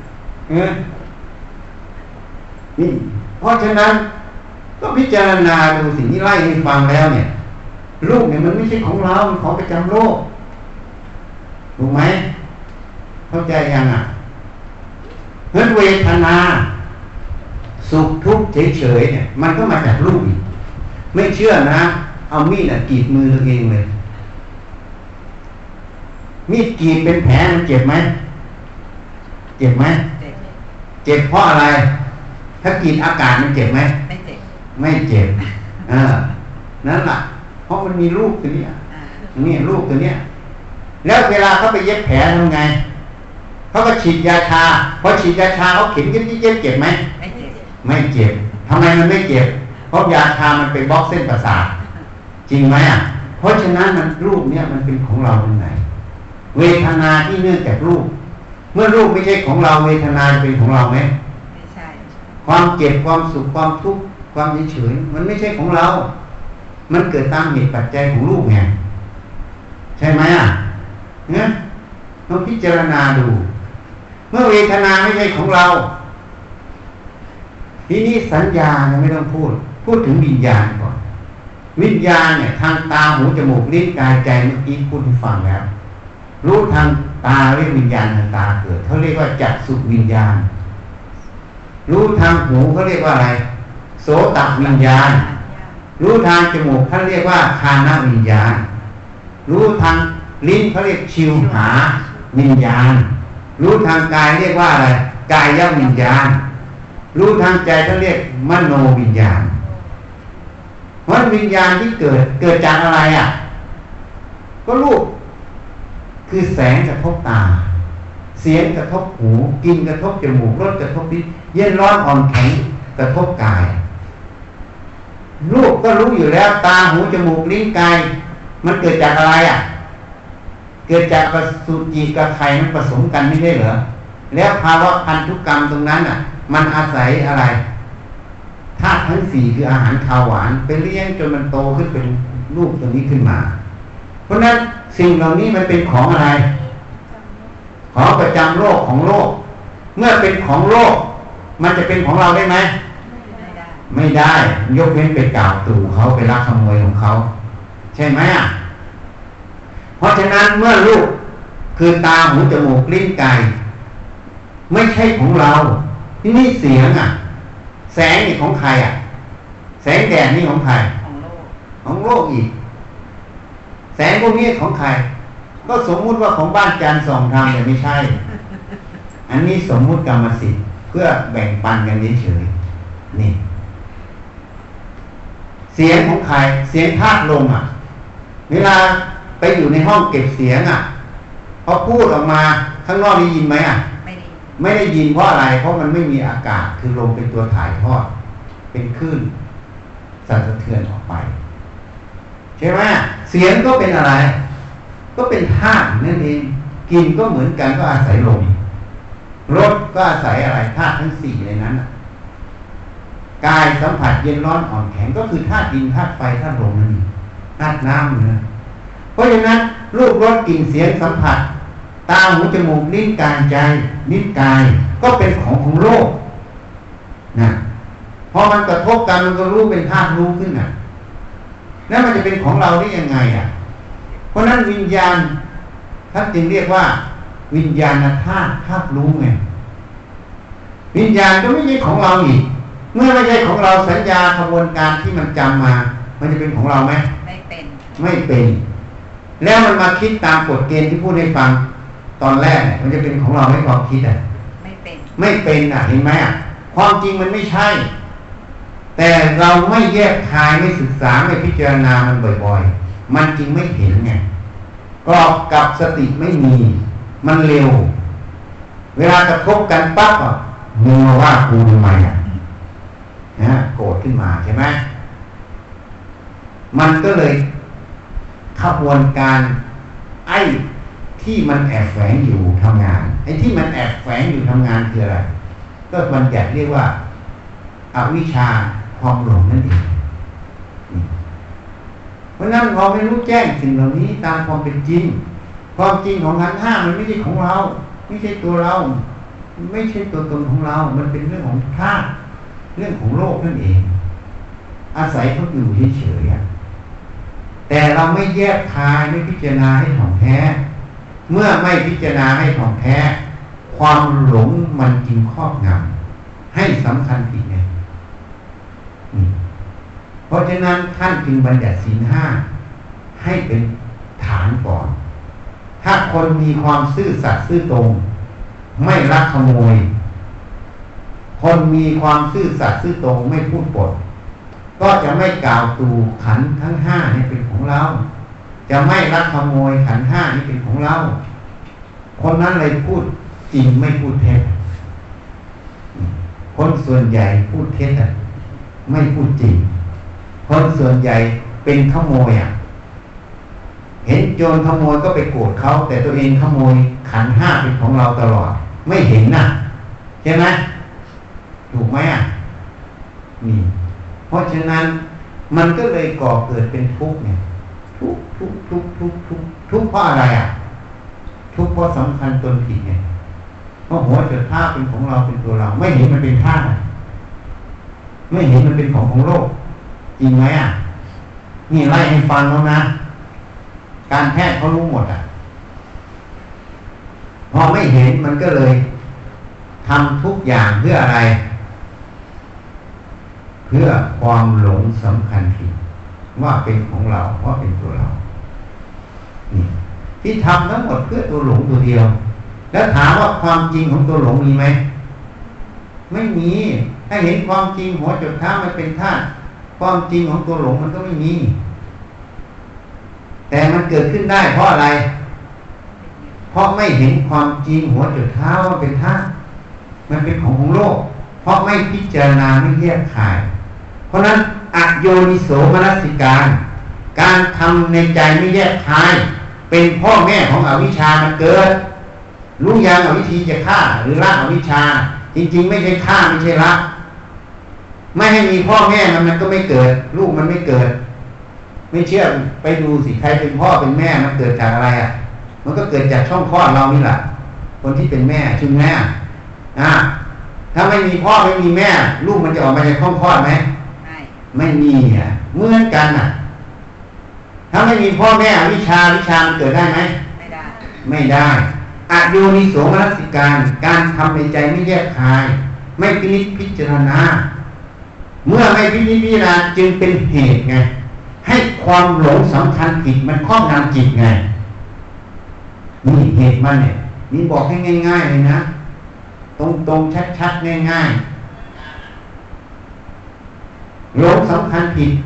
นี่เพราะฉะนั้นก็พิจารณาดูสิ่งที่ไล่ให้ฟังแล้วเนี่ยรูปเนี่ยมันไม่ใช่ของเรามันของประจำโลกถูกไหมเข้าใจยังอ่ะเพราะเวทนาสุขทุกข์เฉยๆเนี่ยมันก็มาจากรูปอีกไม่เชื่อนะเอามีดกรีดมือตัวเองเลยมีดกรีดเป็นแผลมันเจ็บไหมเจ็บไหมเจ็บเพราะอะไรถ้ากรีดอากาศมันเจ็บไหมไม่เจ็บนั่นแหละเพราะมันมีรูปตัวนี้นี่รูปตัวเนี้ยแล้วเวลาเขาไปเย็บแผลทำไงเขาก็ฉีดยาชาพอฉีดยาชาเขาเข็มเย็บเจ็บไหมไม่เจ็บทำไมมันไม่เจ็บเพราะยาชามันไปบล็อกเส้นประสาทจริงไหมอ่ะเพราะฉะนั้นมันรูปเนี้ยมันเป็นของเราตรงไหนเวทนาที่เนื่องจากรูปเมื่อรูปไม่ใช่ของเราเวทนาจะเป็นของเราไหมไม่ใช่ความเจ็บความสุขความทุกข์ความเฉยๆมันไม่ใช่ของเรามันเกิดตามเหตุปัจจัยของรูปไงใช่ไหมอ่ะเนี่ยเราพิจารณาดูเมื่อเวทนาไม่ใช่ของเราทีนี้สัญญาไม่ต้องพูดถึงวิญญาณก่อนวิญญาณเนี่ยทางตาหูจมูกลิ้นกายใจเมื่อกี้พูดให้ฟังแล้วรู้ทางตาเรียกวิญญาณทางตาเกิดเขาเรียกว่าจักษุวิญญาณรู้ทางหูเขาเรียกว่าอะไรโสตวิญญาณรู้ทางจมูกเขาเรียกว่าคานวิญญาณรู้ทางลิ้นเขาเรียกชิวหาวิญญาณรู้ทางกายเรียกว่าอะไรกายวิญญาณรู้ทางใจเขาเรียกมโนวิญญาณเพราะวิญญาณที่เกิดจากอะไรอ่ะก็รูปคือแสงกระทบตาเสียงกระทบหูกลิ่นกระทบจมูกรสกระทบลิ้นเย็นร้อนอ่อนแข็งกระทบกายรูปก็รู้อยู่แล้วตาหูจมูกลิ้นกายมันเกิดจากอะไรอ่ะเกิดจากสุจิกับไข่มันผสมกันไม่ใช่เหรอแล้วภาวะพันธุกรรมตรงนั้นอ่ะมันอาศัยอะไรธาตุทั้งสี่คืออาหารคาวหวานไปเลี้ยงจนมันโตขึ้นเป็นรูปตัวนี้ขึ้นมาเพราะนั้นสิ่งเหล่านี้มันเป็นของอะไรของประจำโลกของโลกเมื่อเป็นของโลกมันจะเป็นของเราได้ไหมไม่ได้ยกเว้นไปกล่าวตู่เขาไปลักขโมยของเขาใช่ไหมอ่ะเพราะฉะนั้นเมื่อรูปคือตาหูจมูกลิ้นกายไม่ใช่ของเราที่นี่เสียงอ่ะแสงนี่ของใครอ่ะแสงแดดนี่ของใครของโลกอีกแสงพวกนี้ของใครก็สมมุติว่าของบ้านจันทร์ส่องธรรมแต่ไม่ใช่อันนี้สมมุติกรรมสิทธิ์เพื่อแบ่งปันกันเฉยๆนี่เสียงของใครเสียงธาตุลมอ่ะเวลาไปอยู่ในห้องเก็บเสียงอ่ะพอพูดออกมาข้างนอกได้ยินไหมอ่ะไม่ได้ยินเพราะอะไรเพราะมันไม่มีอากาศคือลมเป็นตัวถ่ายทอดเป็นคลื่นสั่นสะเทือนออกไปใช่ไหมเสียงก็เป็นอะไรก็เป็นธาตุนั่นเองกลิ่นก็เหมือนกันก็อาศัยลมรสก็อาศัยอะไรธาตุทั้งสี่ในนั้นกายสัมผัสเย็นร้อนอ่อนแข็งก็คือธาตุดินธาตุไฟธาตุลมนั่นเองธาตุน้ำนะเพราะฉะนั้นรูปรสกลิ่นเสียงสัมผัสตาหูจมูกลิ้นกายใจลิ้นกายก็เป็นของโลกนะพอมันกระทบกันมันก็รู้เป็นธาตุรู้ขึ้นน่ะแล้วมันจะเป็นของเราได้ยังไงอ่ะเพราะนั้นวิญญาณท่านจึงเรียกว่าวิญญาณธาตุธาตุรู้ไงวิญญาณก็ไม่ใช่ของเราอีกเมื่อไม่ใช่ของเราสัญญาขบวนการที่มันจำมามันจะเป็นของเราไหมไม่เป็นแล้วมันมาคิดตามกฎเกณฑ์ที่พูดให้ฟังตอนแรกเนี่ยมันจะเป็นของเราไม่ความคิดอ่ะไม่เป็นอ่ะเห็นไหมอ่ะความจริงมันไม่ใช่แต่เราไม่แยกคายไม่ศึกษาไม่พิจารณามันบ่อยๆมันจึงไม่เห็นไงกรอบกับสติไม่มีมันเร็วเวลากระทบกันปั๊บมึงมาว่ากูทำไมโกรธขึ้นมาใช่ไหมมันก็เลยขบวนการไอ้ที่มันแอบแฝงอยู่ทำงานไอ้ที่มันแอบแฝงอยู่ทำงานคืออะไรก็มันอยากเรียกว่าอวิชชาความหลงนั่นเองเพราะนั้นเราไม่รู้แจ้งสิ่งเหล่านี้ตามความเป็นจริงความจริงของขันธ์ห้ามันไม่ใช่ของเราไม่ใช่ตัวเราไม่ใช่ตัวตนของเรามันเป็นเรื่องของธาตุเรื่องของโลกนั่นเองอาศัยเขาอยู่เฉยๆแต่เราไม่แยกคายไม่พิจารณาให้ถ่องแท้เมื่อไม่พิจารณาให้ถ่องแท้ความหลงมันจึงครอบงำให้สำคัญผิดไงเพราะฉะนั้นท่านจึงบัญญัติศีลห้าให้เป็นฐานก่อนถ้าคนมีความซื่อสัตย์ซื่อตรงไม่ลักขโมยคนมีความซื่อสัตย์ซื่อตรงไม่พูดปดก็จะไม่กล่าวตูขันธ์ทั้งห้านี่เป็นของเราจะไม่ลักขโมยขันธ์ห้านี่เป็นของเราคนนั้นเลยพูดจริงไม่พูดเท็จคนส่วนใหญ่พูดเท็จไม่พูดจริงคนส่วนใหญ่เป็นขโมยเห็นโจรขโมยก็ไปโกรธเขาแต่ตัวเองขโมยขันธ์ห้าเป็นของเราตลอดไม่เห็นใช่ไหมถูกไหมนี่เพราะฉะนั้นมันก็เลยก่อเกิดเป็นทุกข์เนี่ยทุกข์เพราะอะไรทุกข์เพราะสำคัญตนผิดไงเพราะหัวจดเท้าเป็นของเราเป็นตัวเราไม่เห็นมันเป็นธาตุไม่เห็นมันเป็นของโลกจริงไหมนี่ไล่ให้ฟังแล้วนะการแพทย์เขารู้หมดพอไม่เห็นมันก็เลยทำทุกอย่างเพื่ออะไรเพื่อความหลงสำคัญผิดว่าเป็นของเราว่าเป็นตัวเรานี่ที่ทำทั้งหมดเพื่อตัวหลงตัวเดียวแล้วถามว่าความจริงของตัวหลงมีไหมไม่มีถ้าเห็นความจริงหัวจดเท้ามันเป็นธาตุความจริงของตัวหลงมันก็ไม่มีแต่มันเกิดขึ้นได้เพราะอะไรเพราะไม่เห็นความจริงหัวจดเท้าว่าเป็นธาตุมันเป็นของโลกเพราะไม่พิจารณาไม่แยกขายเพราะนั้นอโยนิโสมนสิการทำในใจไม่แยกขายเป็นพ่อแม่ของอวิชชามันเกิดรู้ยังอวิธีจะฆ่าหรือละอวิชชาจริงๆไม่ใช่ฆ่าไม่ใช่ละไม่ให้มีพ่อแม่มันก็ไม่เกิดลูกมันไม่เกิดไม่เชื่อไปดูสิใครเป็นพ่อเป็นแม่มันเกิดจากอะไรมันก็เกิดจากช่องคลอดเรานี่แหละคนที่เป็นแม่ชื่อแม่ถ้าไม่มีพ่อไม่มีแม่ลูกมันจะออกมาจากช่องคลอดไหมไม่มีเหมือนกันถ้าไม่มีพ่อแม่วิชามันเกิดได้ไหมไม่ได้อโยนิโสมนสิการทำในใจไม่แยกคายไม่พิจารณาเมื่อไม่พิจารณาจึงเป็นเหตุไงให้ความหลงสำคัญผิดมันครอบงำจิตไงนี่เหตุมันเนี่ยนี่บอกให้ง่ายๆเลยนะตรงชัดๆง่ายๆหลงสำคัญผิด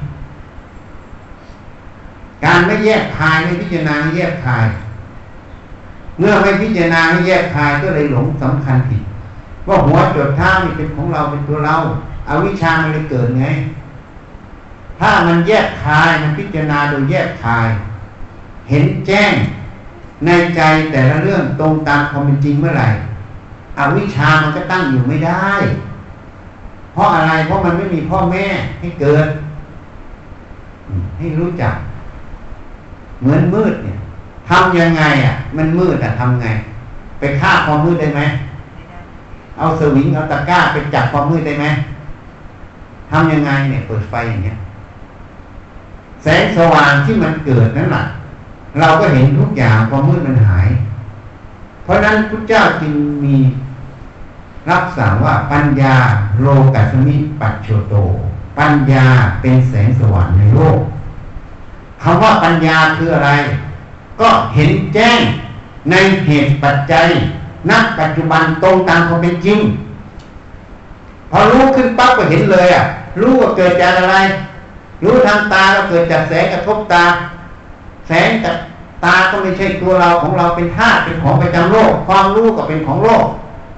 การไม่แยกคายไม่พิจารณาไม่แยกคายเมื่อไม่พิจารณาไม่แยกคายก็เลยหลงสำคัญผิดว่าหัวจดเท้านี่เป็นของเราเป็นตัวเราอวิชชามันเลยเกิดไงถ้ามันแยกคายมันพิจารณาโดยแยกคายเห็นแจ้งในใจแต่ละเรื่องตรงตามความเป็นจริงเมื่อไหร่อวิชชามันก็ตั้งอยู่ไม่ได้เพราะอะไรเพราะมันไม่มีพ่อแม่ให้เกิดให้รู้จักเหมือนมืดเนี่ยทำยังไงมันมืดทำไงไปฆ่าความมืดได้ไหมเอาสวิงเอาตะกร้าไปจับความมืดได้ไหมทำยังไงเนี่ยเปิดไฟอย่างเงี้ยแสงสว่างที่มันเกิดนั่นแหละเราก็เห็นทุกอย่างความมืดมันหายเพราะนั้นพุทธเจ้าจึงมีรับสั่งว่าปัญญาโลกัสสมิปัจโชโตปัญญาเป็นแสงสว่างในโลกคำว่าปัญญาคืออะไรก็เห็นแจ้งในเหตุปัจจัยณปัจจุบันตรงตามความเป็นจริงพอรู้ขึ้นปั๊บก็เห็นเลยรู้ว่าเกิดจากอะไรรู้ทางตาก็เกิดจากแสงกระทบตาแสงจาก ตาก็ไม่ใช่ตัวเราของเราเป็นธาตุเป็นของประจำโลกความรู้ก็เป็นของโลก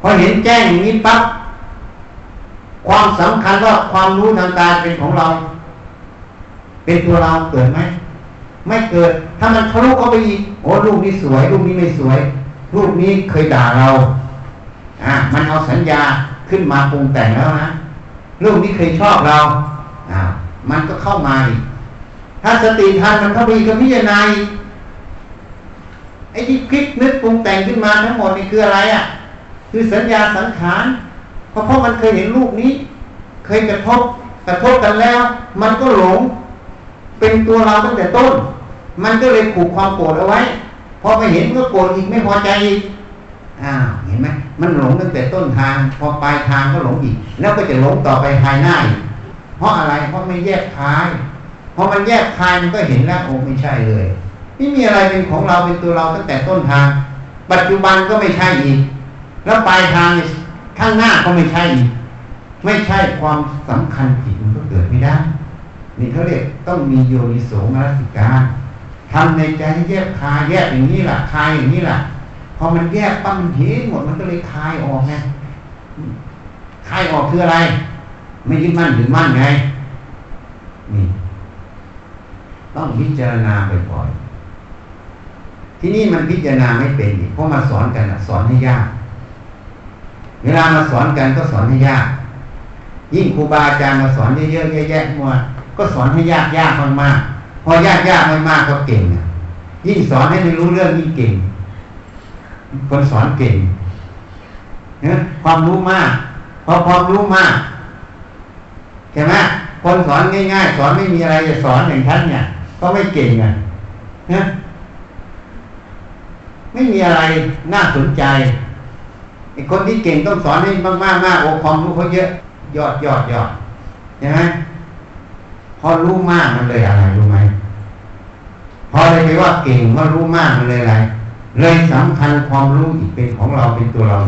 อเห็นแจ้งอย่างนี้ปั๊บความสำคัญว่าความรู้ทางตาเป็นของเราเป็นตัวเราเกิดไหมไม่เกิดถ้ามันทะลุเข้าไปอีกโอ้รูปนี้สวยรูปนี้ไม่สวยรูปนี้เคยด่าเรามันเอาสัญญาขึ้นมาปรุงแต่งแล้วนะรูปนี้เคยชอบเรามันก็เข้ามาอีกถ้าสติทันมันเข้าไปอีกก็พิจารณาอีกไอ้ที่คิดนึกปรุงแต่งขึ้นมาทั้งหมดนี่คืออะไรคือสัญญาสังขารเพราะมันเคยเห็นรูปนี้เคยกระทบกันแล้วมันก็หลงเป็นตัวเราตั้งแต่ต้นมันก็เลยผูกความโกรธเอาไว้พอไปเห็นก็โกรธอีกไม่พอใจอีกเห็นไหมมันหลงตั้งแต่ต้นทางพอปลายทางก็หลงอีกแล้วก็จะหลงต่อไปภายหน้าอีกเพราะอะไรเพราะไม่แยกคายพอมันแยกคายมันก็เห็นแล้วโอ้ไม่ใช่เลยไม่มีอะไรเป็นของเราเป็นตัวเราตั้งแต่ต้นทางปัจจุบันก็ไม่ใช่อีกแล้วปลายทางข้างหน้าก็ไม่ใช่อีกไม่ใช่ความสำคัญผิดมันก็เกิดไม่ได้นี่เขาเรียกต้องมีโยนิโสมนสิการทำในใจให้แยกคายแยกอย่างนี้แหละคายอย่างนี้แหละพอมันแยกปั๊บมันเห็นหมดมันก็เลยคายออกไงคายออกคืออะไรไม่ยึดมั่นถือมั่นไงนี่ต้องพิจารณาบ่อยๆที่นี่มันพิจารณาไม่เป็นอีกเพราะมาสอนกันสอนให้ยากเวลามาสอนกันก็สอนให้ยากยิ่งครูบาอาจารย์มาสอนเยอะๆแยะๆมัวก็สอนให้ยากมากๆพอยากมากๆก็เก่งยิ่งสอนให้ไม่รู้เรื่องยิ่งเก่งคนสอนเก่งเนี่ยความรู้มากพอความรู้มากใช่ไหมคนสอนง่ายๆสอนไม่มีอะไรจะสอนอย่างท่านเนี่ยก็ไม่เก่งเนี่ยไม่มีอะไรน่าสนใจไอ้คนที่เก่งต้องสอนให้มากๆโอ้ความรู้เขาเยอะยอดใช่ไหมพอรู้มากมันเลยอะไรรู้ไหมพอเลยไปว่าเก่งว่ารู้มากมันเลยอะไรเลยสำคัญความรู้อีกเป็นของเราเป็นตัวเรา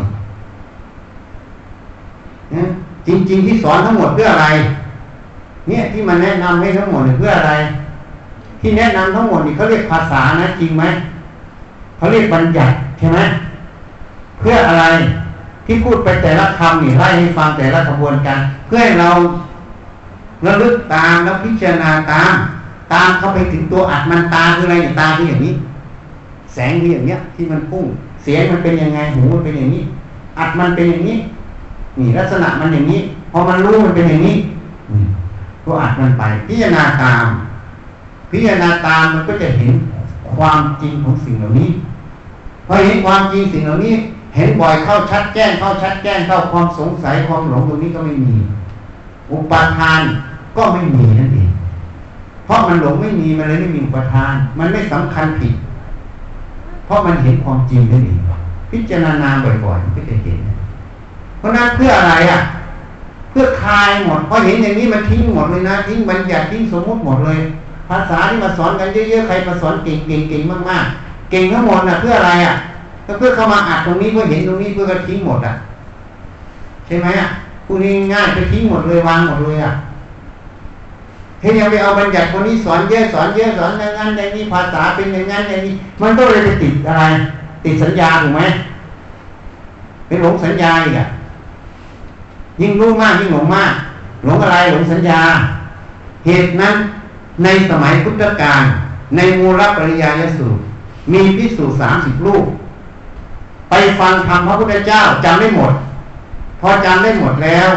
จริงๆที่สอนทั้งหมดเพื่ออะไรเนี่ยที่มันแนะนำให้ทั้งหมดเพื่ออะไรที่แนะนำทั้งหมดนี่เขาเรียกภาษานะจริงไหมเขาเรียกบัญญัติใช่ไหมเพื่ออะไรที่พูดไปแต่ละคำนี่ไล่ให้ฟังแต่ละกระบวนการเพื่อให้เราระลึกตามแล้วพิจารณาตามเข้าไปถึงตัวอัดมันตาคืออะไรเนี่ยตาคืออย่างนี้แสงคืออย่างเนี้ยที่มันพุ่งเสียงมันเป็นยังไงหูมันเป็นอย่างนี้อัดมันเป็นอย่างนี้นี่ลักษณะมันอย่างนี้พอมันรู้มันเป็นอย่างนี้ตัวอัดมันไปพิจารณาตามมันก็จะเห็นความจริงของสิ่งเหล่านี้พอเห็นความจริงสิ่งเหล่านี้เห็นบ่อยเข้าชัดแจ้งเข้าความสงสัยความหลงตรงนี้ก็ไม่มีอุปาทานก็ไม่มีนั่นเองเพราะมันหลงไม่มีมันเลยไม่มีอุปาทานมันไม่สำคัญผิดเพราะมันเห็นความจริงนั่นเองพิจารณาบ่อยๆมันก็จะเห็นเพราะนั้นเพื่ออะไรเพื่อคลายหมดพอเห็นอย่างนี้มันทิ้งหมดเลยนะทิ้งบัญญัติทิ้งสมมติหมดเลยภาษาที่มาสอนกันเยอะๆใครมาสอนเก่งมากๆเก่งทั้งหมดเพื่ออะไรก็เพื่อเข้ามาอัดตรงนี้เพื่อเห็นตรงนี้เพื่อทิ้งหมดใช่ไหมพวกนี้ง่ายไปทิ้งหมดเลยวางหมดเลยเฮ้ยยังไปเอาบัญญัติคนนี้สอนเยอะสอนอย่างนั้นอย่างนี้ภาษาเป็นอย่างนั้นอย่างนี้มันก็เลยไปติดอะไรติดสัญญาถูกไหมเป็นหลงสัญญาอีกยิ่งรู้มากยิ่งหลงมากหลงอะไรหลงสัญญาเหตุนั้นในสมัยพุทธกาลในมูลปริยายสูตรมีภิกษุ30 รูปไปฟังธรรมพระพุทธเจ้าจำได้หมดพอจำได้หมดแล้ว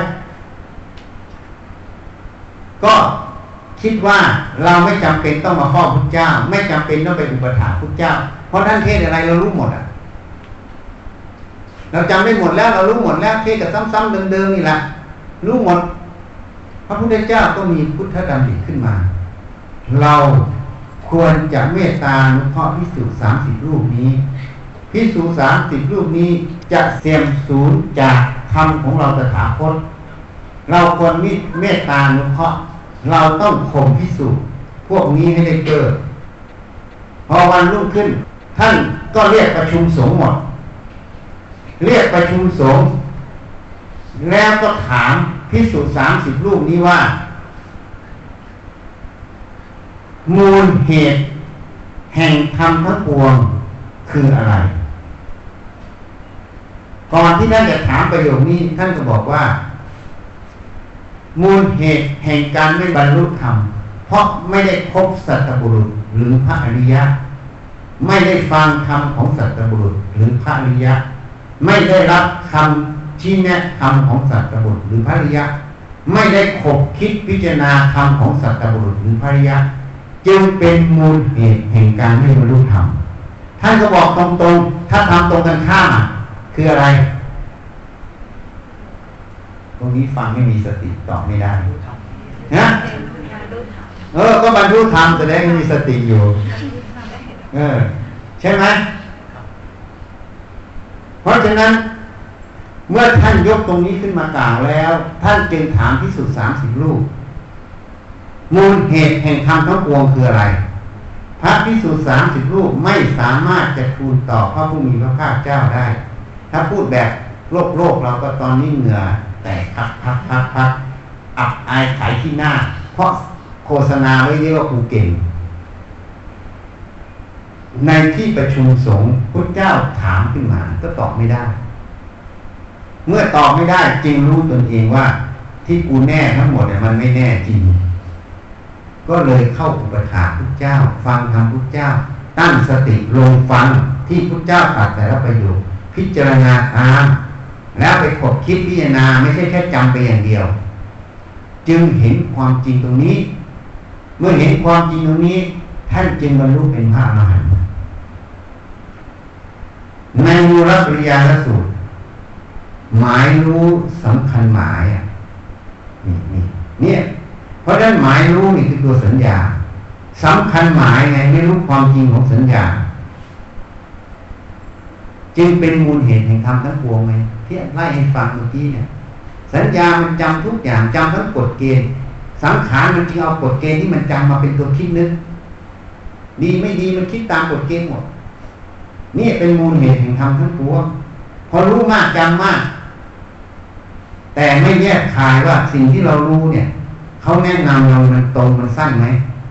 ก็คิดว่าเราไม่จำเป็นต้องมาข้อพุทธเจ้าไม่จำเป็นต้องไปอุปถัมภ์พุทธเจ้าเพราะท่านเทศอะไรเรารู้หมดเราจำได้หมดแล้วเรารู้หมดแล้วเทศกับซ้ำๆเดิมๆนี่แหละรู้หมดพระพุทธเจ้าก็มีพุทธดำริขึ้นมาเราควรจะเมตตาอนุเคราะห์ภิกษุ30 รูปนี้ภิกษุ30 รูปนี้จะเสี่ยมสูญจากธรรมของเราตถาคตเราควรเมตตาอนุเคราะห์เราต้องข่มภิกษุพวกนี้ให้ได้เกิดพอวันรุ่งขึ้นท่านก็เรียกประชุมสงฆ์หมดเรียกประชุมสงฆ์แล้วก็ถามภิกษุ30 รูปนี้ว่ามูลเหตุแห่งธรรมทั้งปวงคืออะไรก่อนที่ท่านจะถามประโยคนี้ท่านก็บอกว่ามูลเหตุแห่งการไม่บรรลุธรรมเพราะไม่ได้พบสัตบุรุษหรือพระอริยะไม่ได้ฟังธรรมของสัตบุรุษหรือพระอริยะไม่ได้รับคำชี้แนะธรรมของสัตบุรุษหรือพระอริยะไม่ได้ขบคิดพิจารณาธรรมของสัตบุรุษหรือพระอริยะจึงเป็นมูลเหตุแห่งการไม่บรรลุธรรมท่านก็บอกตรงๆถ้าทำตรงกันข้ามคืออะไรตรงนี้ฟังไม่มีสติตอบไม่ได้นะก็บรรลุธรรมแสดงมีสติอยู่ใช่ไหมเพราะฉะนั้นเมื่อท่านยกตรงนี้ขึ้นมากล่าวแล้วท่านจึงถามภิกษุ30 รูปมูลเหตุแห่งธรรมทั้งปวงคืออะไรพระภิกษุ30 รูปไม่สามารถจะทูลตอบพระผู้มีพระภาคเจ้าได้ถ้าพูดแบบโลกเราก็ตอนนี้เหงื่อแต่พักอับอายขายที่หน้าเพราะโฆษณาไว้เรียกว่ากูเก่งในที่ประชุมสงฆ์พระเจ้าถามขึ้นมาก็ตอบไม่ได้เมื่อตอบไม่ได้จึงรู้ตนเองว่าที่กูแน่ทั้งหมดเนี่ยมันไม่แน่จริงก็เลยเข้าอุปถากพระเจ้าฟังธรรมพระเจ้าตั้งสติลงฟังที่พระเจ้าตรัสแต่ละประโยคพิจารณาตามแล้วไปขบคิดพิจารณาไม่ใช่แค่จำไปอย่างเดียวจึงเห็นความจริงตรงนี้เมื่อเห็นความจริงตรงนี้ท่านจึงบรรลุเป็นพระอรหันต์ในมูลปริยานสูตรหมายรู้สำคัญหมายเนี่ยเพราะฉะนั้นหมายรู้นี่คือตัวสัญญาสำคัญหมายไงไม่รู้ความจริงของสัญญาจึงเป็นมูลเหตุแห่งธรรมทั้งปวงไงที่ไล่ให้ฟังเมื่อกี้เนี่ยสัญญามันจำทุกอย่างจำทั้งกฎเกณฑ์สังขารมันจึงเอากฎเกณฑ์ที่มันจำมาเป็นตัวคิดนึกดีไม่ดีมันคิดตามกฎเกณฑ์หมดนี่เป็นมูลเหตุแห่งธรรมทั้งปวงพอรู้มากจำมากแต่ไม่แยกคายว่าสิ่งที่เรารู้เนี่ยเขาแนะนำเรามันตรงมันสั้นไหม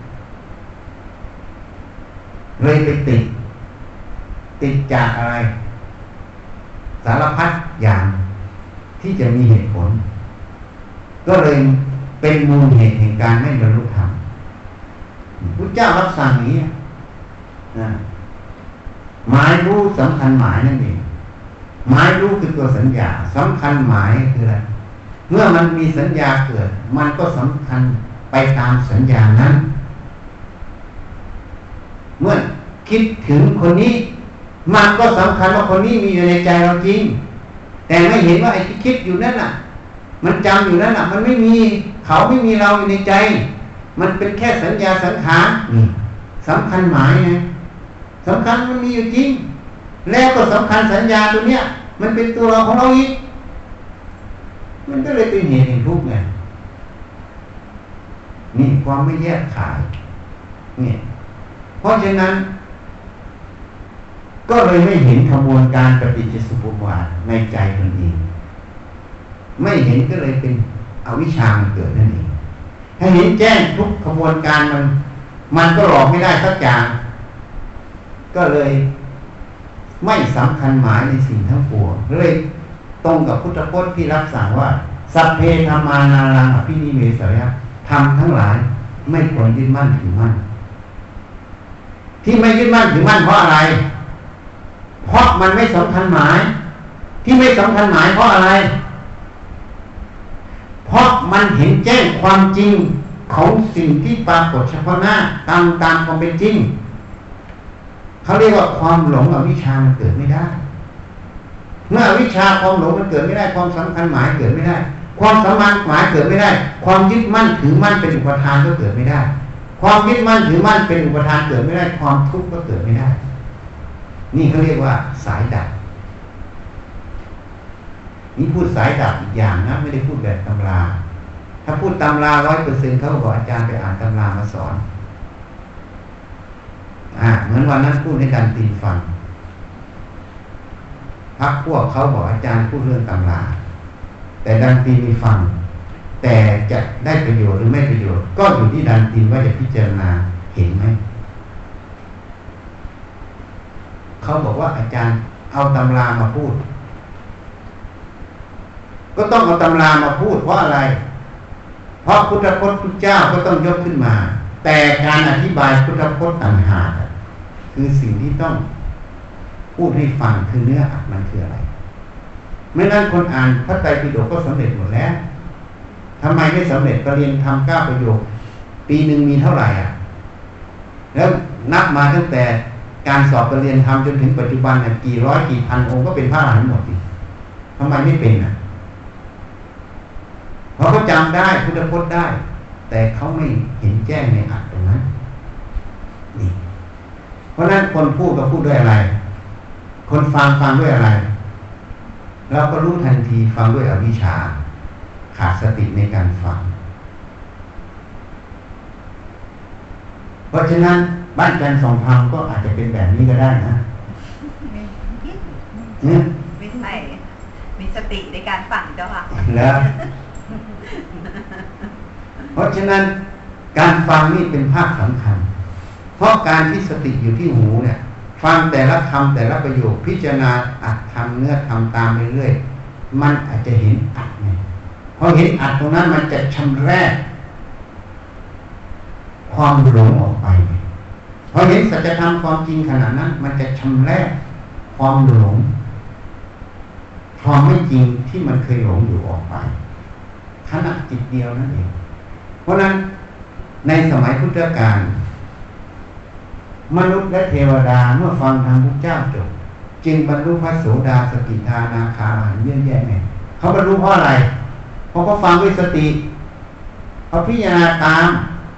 เลยไปติดจากอะไรสารพัดอย่างที่จะมีเหตุผลก็เลยเป็นมูลเหตุแห่งการไม่บรรลุธรรมพุทธเจ้ารับสั่งนี้หมายรู้สำคัญหมายนั่นเองหมายรู้คือตัวสัญญาสำคัญหมายคืออะไรเมื่อมันมีสัญญาเกิดมันก็สำคัญไปตามสัญญานั้นเมื่อคิดถึงคนนี้มันก็สำคัญว่าคนนี้มีอยู่ในใจเราจริงแต่ไม่เห็นว่าไอ้ที่คิดอยู่นั่นน่ะมันจำอยู่นั่นน่ะมันไม่มีเขาไม่มีเราอยู่ในใจมันเป็นแค่สัญญาสังขารนี่สำคัญหมายไงสำคัญมันมีอยู่จริงแล้วก็สำคัญสัญญาตัวเนี้ยมันเป็นตัวเราของเราอีกมันก็เลยเป็นเหตุแห่งทุกข์ไงนี่ความไม่แยกขายเนี่ยเพราะฉะนั้นก็เลยไม่เห็นขบวนการปฏิจจสมุปบาทในใจตนเองไม่เห็นก็เลยเป็นอวิชชามันเกิดนั่นเองถ้าเห็นแจ้งทุกขบวนการมันก็หลอกไม่ได้สักอย่างก็เลยไม่สำคัญหมายในสิ่งทั้งปวงเลยตรงกับพุทธพจน์ที่รับสั่งว่าสัพเพธัมมานารังอภินิเวสยะธรรมทั้งหลายไม่ควรยึดมั่นถือมั่นที่ไม่ยึดมั่นถือมั่นเพราะอะไรเพราะมันไม่สำคัญหมายที่ไม่สำคัญหมายเพราะอะไรเพราะมันเห็นแจ้งความจริงของสิ่งที่ปรากฏเฉพาะหน้าตามความเป็นจริงเขาเรียกว่าความหลงอวิชชามันเกิดไม่ได้เมื่ออวิชชาความหลงมันเกิดไม่ได้ความสำคัญหมายเกิดไม่ได้ความสำคัญหมายเกิดไม่ได้ความยึดมั่นถือมั่นเป็นอุปทานก็เกิดไม่ได้ความยึดมั่นถือมั่นเป็นอุปทานเกิดไม่ได้ความทุกข์ก็เกิดไม่ได้นี่เขาเรียกว่าสายดับนี่พูดสายดับอีกอย่างนะไม่ได้พูดแบบตำราถ้าพูดตำรา 100% เขาบอกอาจารย์ไปอ่านตำรามาสอนเหมือนวันนั้นพูดในการตีฟังพรรคพวกเขาบอกอาจารย์พูดเรื่องตำราแต่ดันตีไม่ฟังแต่จะได้ประโยชน์หรือไม่ประโยชน์ก็อยู่ที่ดันตีว่าจะพิจารณาเห็นไหมเขาบอกว่าอาจารย์เอาตำรามาพูดก็ต้องเอาตำรามาพูดเพราะอะไรเพราะพุทธพจน์พุทธเจ้าก็ต้องยกขึ้นมาแต่การอธิบายพุทธพจน์ต่างหากคือสิ่งที่ต้องพูดให้ฟังคือเนื้อหามันคืออะไรไม่นั้นคนอ่านพระไตรปิฎกก็สำเร็จหมดแล้วทำไมไม่สำเร็จก็เรียนทำ9ประโยคปีหนึ่งมีเท่าไหร่แล้วนับมาตั้งแต่การสอบการเรียนทำจนถึงปัจจุบันกี่ร้อยกี่พันองค์ก็เป็นพระอรหันต์หมดสิทำไมไม่เป็นเพราะเขาจำได้พุทธพจน์ได้แต่เขาไม่เห็นแจ้งในอัตตรงนั้นนี่เพราะนั้นคนพูดก็พูดด้วยอะไรคนฟังด้วยอะไรเราก็รู้ทันทีฟังด้วยอวิชชาขาดสติในการฟังเพราะฉะนั้นบ้านจันทร์สองพังก็อาจจะเป็นแบบนี้ก็ได้นะไม่ใช่มีสติในการฟังเจ้าค่ะแล้วเพราะฉะนั้นการฟังนี่เป็นภาคสำคัญเพราะการที่สติอยู่ที่หูเนี่ยฟังแต่ละคำแต่ละประโยคพิจารณาอัดทำเนื้อทำตามไปเรื่อยมันอาจจะเห็นอัดไงพอเห็นอัดตรงนั้นมันจะชำแรกความหลงออกไปพอเห็นสัจธรรมความจริงขนาดนั้นมันจะชำแรกความหลงความไม่จริงที่มันเคยหลงอยู่ออกไปขณะจิตเดียวนั่นเองเพราะนั้นในสมัยพุทธกาลมนุษย์และเทวดาเมื่อฟังธรรมพุทธเจ้าจบจึงบรรลุพระโสดาสกิทานาคาอรหันต์เยอะแยะไงเขาบรรลุเพราะอะไรเพราะเขาฟังด้วยสติเขาพิจารณาตาม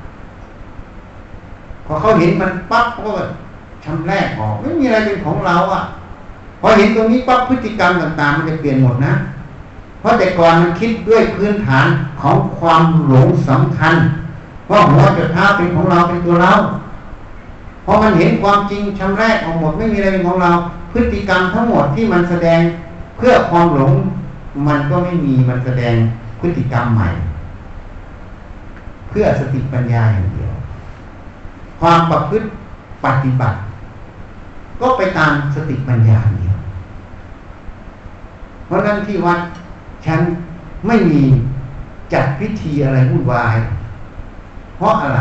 พอเขาเห็นมันปั๊บเขาก็ชำแรกออกไม่มีอะไรเป็นของเราพอเห็นตรงนี้ปั๊บพฤติกรรมต่างๆมันจะเปลี่ยนหมดนะเพราะแต่ก่อนมันคิดด้วยพื้นฐานของความหลงสำคัญว่าหัวจุดเท้าเป็นของเราเป็นตัวเราพอมันเห็นความจริงชำแรกออกหมดไม่มีอะไรเป็นของเราพฤติกรรมทั้งหมดที่มันแสดงเพื่อความหลงมันก็ไม่มีมันแสดงพฤติกรรมใหม่เพื่อสติปัญญาอย่างเดียวความประพฤติปฏิบัติก็ไปตามสติปัญญาเดียวเพราะนั้นที่วัดฉันไม่มีจัดพิธีอะไรวุ่นวายเพราะอะไร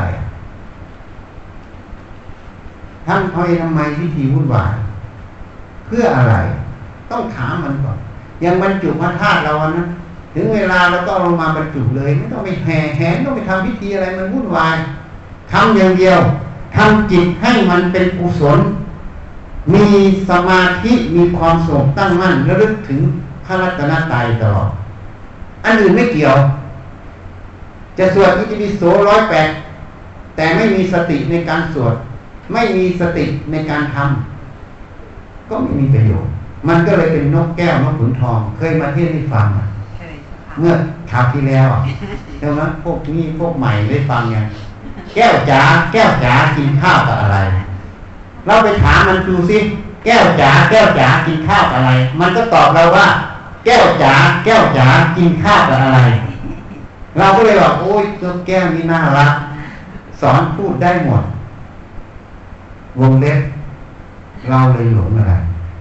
ท่านทำไมพิธีวุ่นวายเพื่ออะไรต้องถามมันก่อนอย่างบรรจุพระธาตุเรานะถึงเวลาเราก็ลงมาบรรจุเลยไม่ต้องไปแห่แหนต้องไปทำพิธีอะไรมันวุ่นวายทำอย่างเดียวทำจิตให้มันเป็นกุศลมีสมาธิมีความสงบตั้งมั่นระลึกถึงพระรัตนตรัยตลอดอันอื่นไม่เกี่ยวจะสวดอิติปิโส108แต่ไม่มีสติในการสวดไม่มีสติในการทำก็ไม่มีประโยชน์มันก็เลยเป็นนกแก้วนกขุนทองเคยมาเทศให้ฟังเมื่อคราวที่แล้วใช่ไหมพวกนี้พวกใหม่ได้ฟังไงแก้วจ๋าแก้วจ๋ากินข้าวกับอะไรเราไปถามมันดูสิแก้วจ๋าแก้วจ๋ากินข้าวกับอะไรมันก็ตอบเราว่าแก้วจ๋าแก้วจ๋ากินข้าวกับอะไรเราก็เลยบอกโอ้ยตัวแก้วนี้น่ารักสอนพูดได้หมดวงเล็บเราเลยหลงอะไร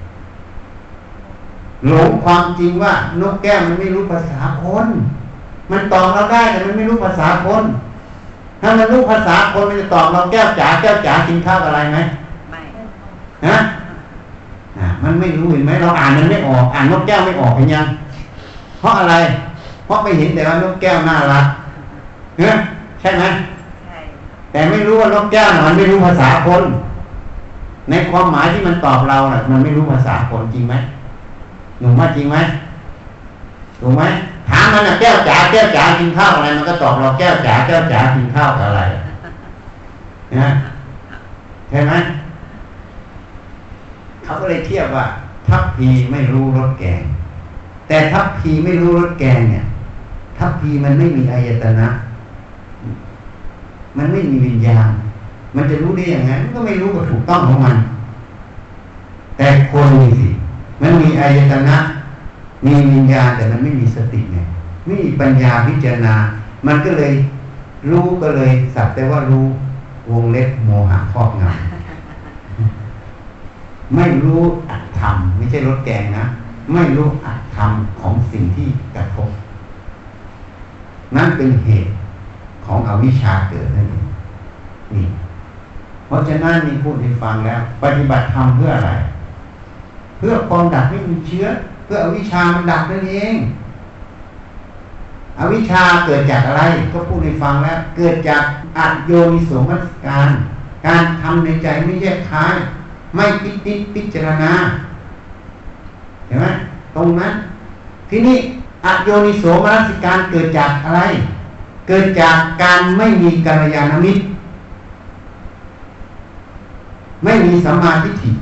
หลงความจริงว่านกแก้วมันไม่รู้ภาษาคนมันตอบเราได้แต่มันไม่รู้ภาษาคนถ้ามันรู้ภาษาคนมันจะตอบเราแก้วจ๋าแก้วจ๋ากินข้าวอะไรไหมไม่ฮะมันไม่รู้เห็นไหมเราอ่านมันไม่ออกอ่านนกแก้วไม่ออกเห็นยังเพราะอะไรเพราะไปเห็นแต่ว่านกแก้วน่ารักใช่ไหมใช่แต่ไม่รู้ว่านกแก้วมันไม่รู้ภาษาคนในความหมายที่มันตอบเราน่ะมันไม่รู้ภาษาคนจริงไหมหนูว่าจริงไหมถูกไหมถามมันนะแก้วจ๋าแก้วจ๋ากินข้าวอะไรมันก็ตอบเราแก้วจ๋าแก้วจ๋ากินข้าวกับอะไรนะใช่ไหมเขาก็เลยเทียบว่าทัพพีไม่รู้รสแกงแต่ทัพพีไม่รู้รสแกงเนี่ยทัพพีมันไม่มีอายตนะมันไม่มีวิญญาณมันจะรู้ได้ยังไงมันก็ไม่รู้ก็ถูกต้องของมันแต่คนนี่สิมันมีอายตนะมีวิญญาณแต่มันไม่มีสติไงไม่มีปัญญาพิจารณามันก็เลยรู้ก็เลยสักแต่ว่ารู้วงเล็บโมหะครอบงำไม่รู้อัตธรรมไม่ใช่รสแกงนะไม่รู้อัตธรรมของสิ่งที่กระทบนั่นเป็นเหตุของอวิชชาเกิดนั่นเองนี่เพราะฉะนั้นมีพูดให้ฟังแล้วปฏิบัติธรรมเพื่ออะไร เพื่อความดับไม่มีเชื้อเพื่ออวิชชามันดับนั่นเองอวิชชาเกิดจากอะไรก็พูดให้ฟังแล้วเกิดจากอโยนิโสมนสิการการทำในใจไม่แยกคายไม่พิจารณาเห็นไหมตรงนั้นทีนี้อโยนิโสมนสิการเกิดจากอะไร เกิดจากการไม่มีกัลยาณมิตรไม่มีสัมมาทิฏฐิ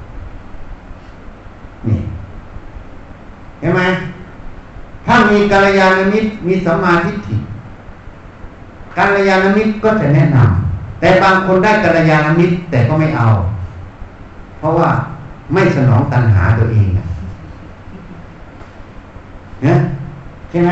นี่เห็นไหมถ้ามีกัลยาณมิตรมีสัมมาทิฏฐิกัลยาณมิตรก็จะแนะนำแต่บางคนได้กัลยาณมิตรแต่ก็ไม่เอาเพราะว่าไม่สนองตัณหาตัวเองเนี่ยใช่ไหม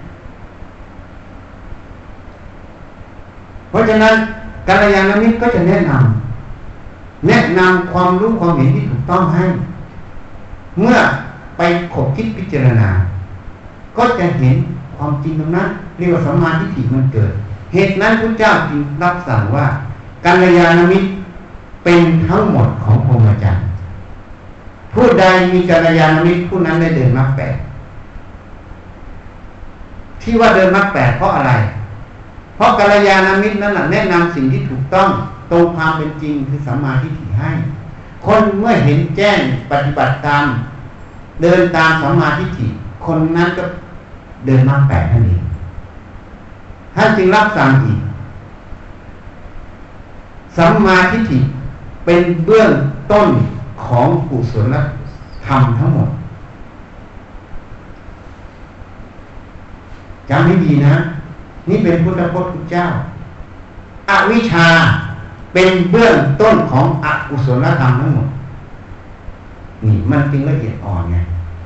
เพราะฉะนั้นกัลยาณมิตรก็จะแนะนำความรู้ความเห็นที่ถูกต้องให้เมื่อไปขบคิดพิจารณาก็จะเห็นความจริงตรงนั้นเรียกว่าสัมมาทิฏฐิมันเกิดเหตุนั้นพระเจ้าจึงรับสั่งว่ากัลยาณมิตรเป็นทั้งหมดของพรหมจรรย์ผู้ใดมีกัลยาณมิตรผู้นั้นได้เดินมรรคแปดที่ว่าเดินมรรคแปดเพราะอะไรเพราะกัลยาณมิตรนั้นแนะนำสิ่งที่ถูกต้องตรงความเป็นจริงคือสัมมาทิฏฐิให้คนเมื่อเห็นแจ้งปฏิบัติตามเดินตามสัมมาทิฏฐิคนนั้นก็เดินมรรคแปดนั่นเองท่านจึงรับสั่งอีกสัมมาทิฏฐิเป็นเบื้องต้นของกุศลธรรมทั้งหมดจำให้ดีนะนี่เป็นพุทธพจน์พุทธเจ้าอวิชชาเป็นเบื้องต้นของอกุศลธรรมทั้งหมดนี่มันจึงละเอียดอ่อนไง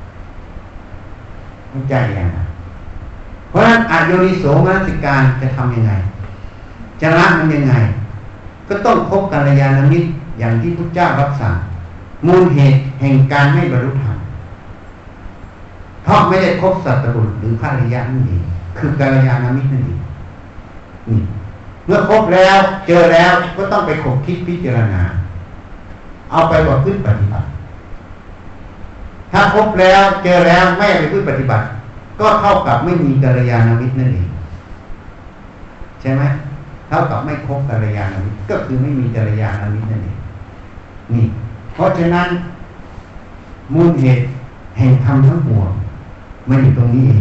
เข้าใจยังเพราะฉะนั้นอโยนิโสมนสิการจะทำยังไงจะละมันยังไงก็ต้องคบกัลยาณมิตรอย่างที่พุทธเจ้ารับสั่งมูลเหตุแห่งการไม่บรรลุธรรมเพราะไม่ได้คบสัตบุรุษหรือพระอริยะนั่นเองคือกัลยาณมิตรนั่นเองนี่เมื่อคบแล้วเจอแล้วก็ต้องไปขบคิดพิจารณาเอาไปประพฤติปฏิบัติถ้าคบแล้วเจอแล้วไม่ไปประพฤติปฏิบัติก็เท่ากับไม่มีกัลยาณมิตรนั่นเองใช่ไหมเท่ากับไม่คบกัลยาณมิตรก็คือไม่มีกัลยาณมิตรนั่นเองนี่เพราะฉะนั้นมูลเหตุแห่งธรรมทั้งปวงมันอยู่ตรงนี้เอง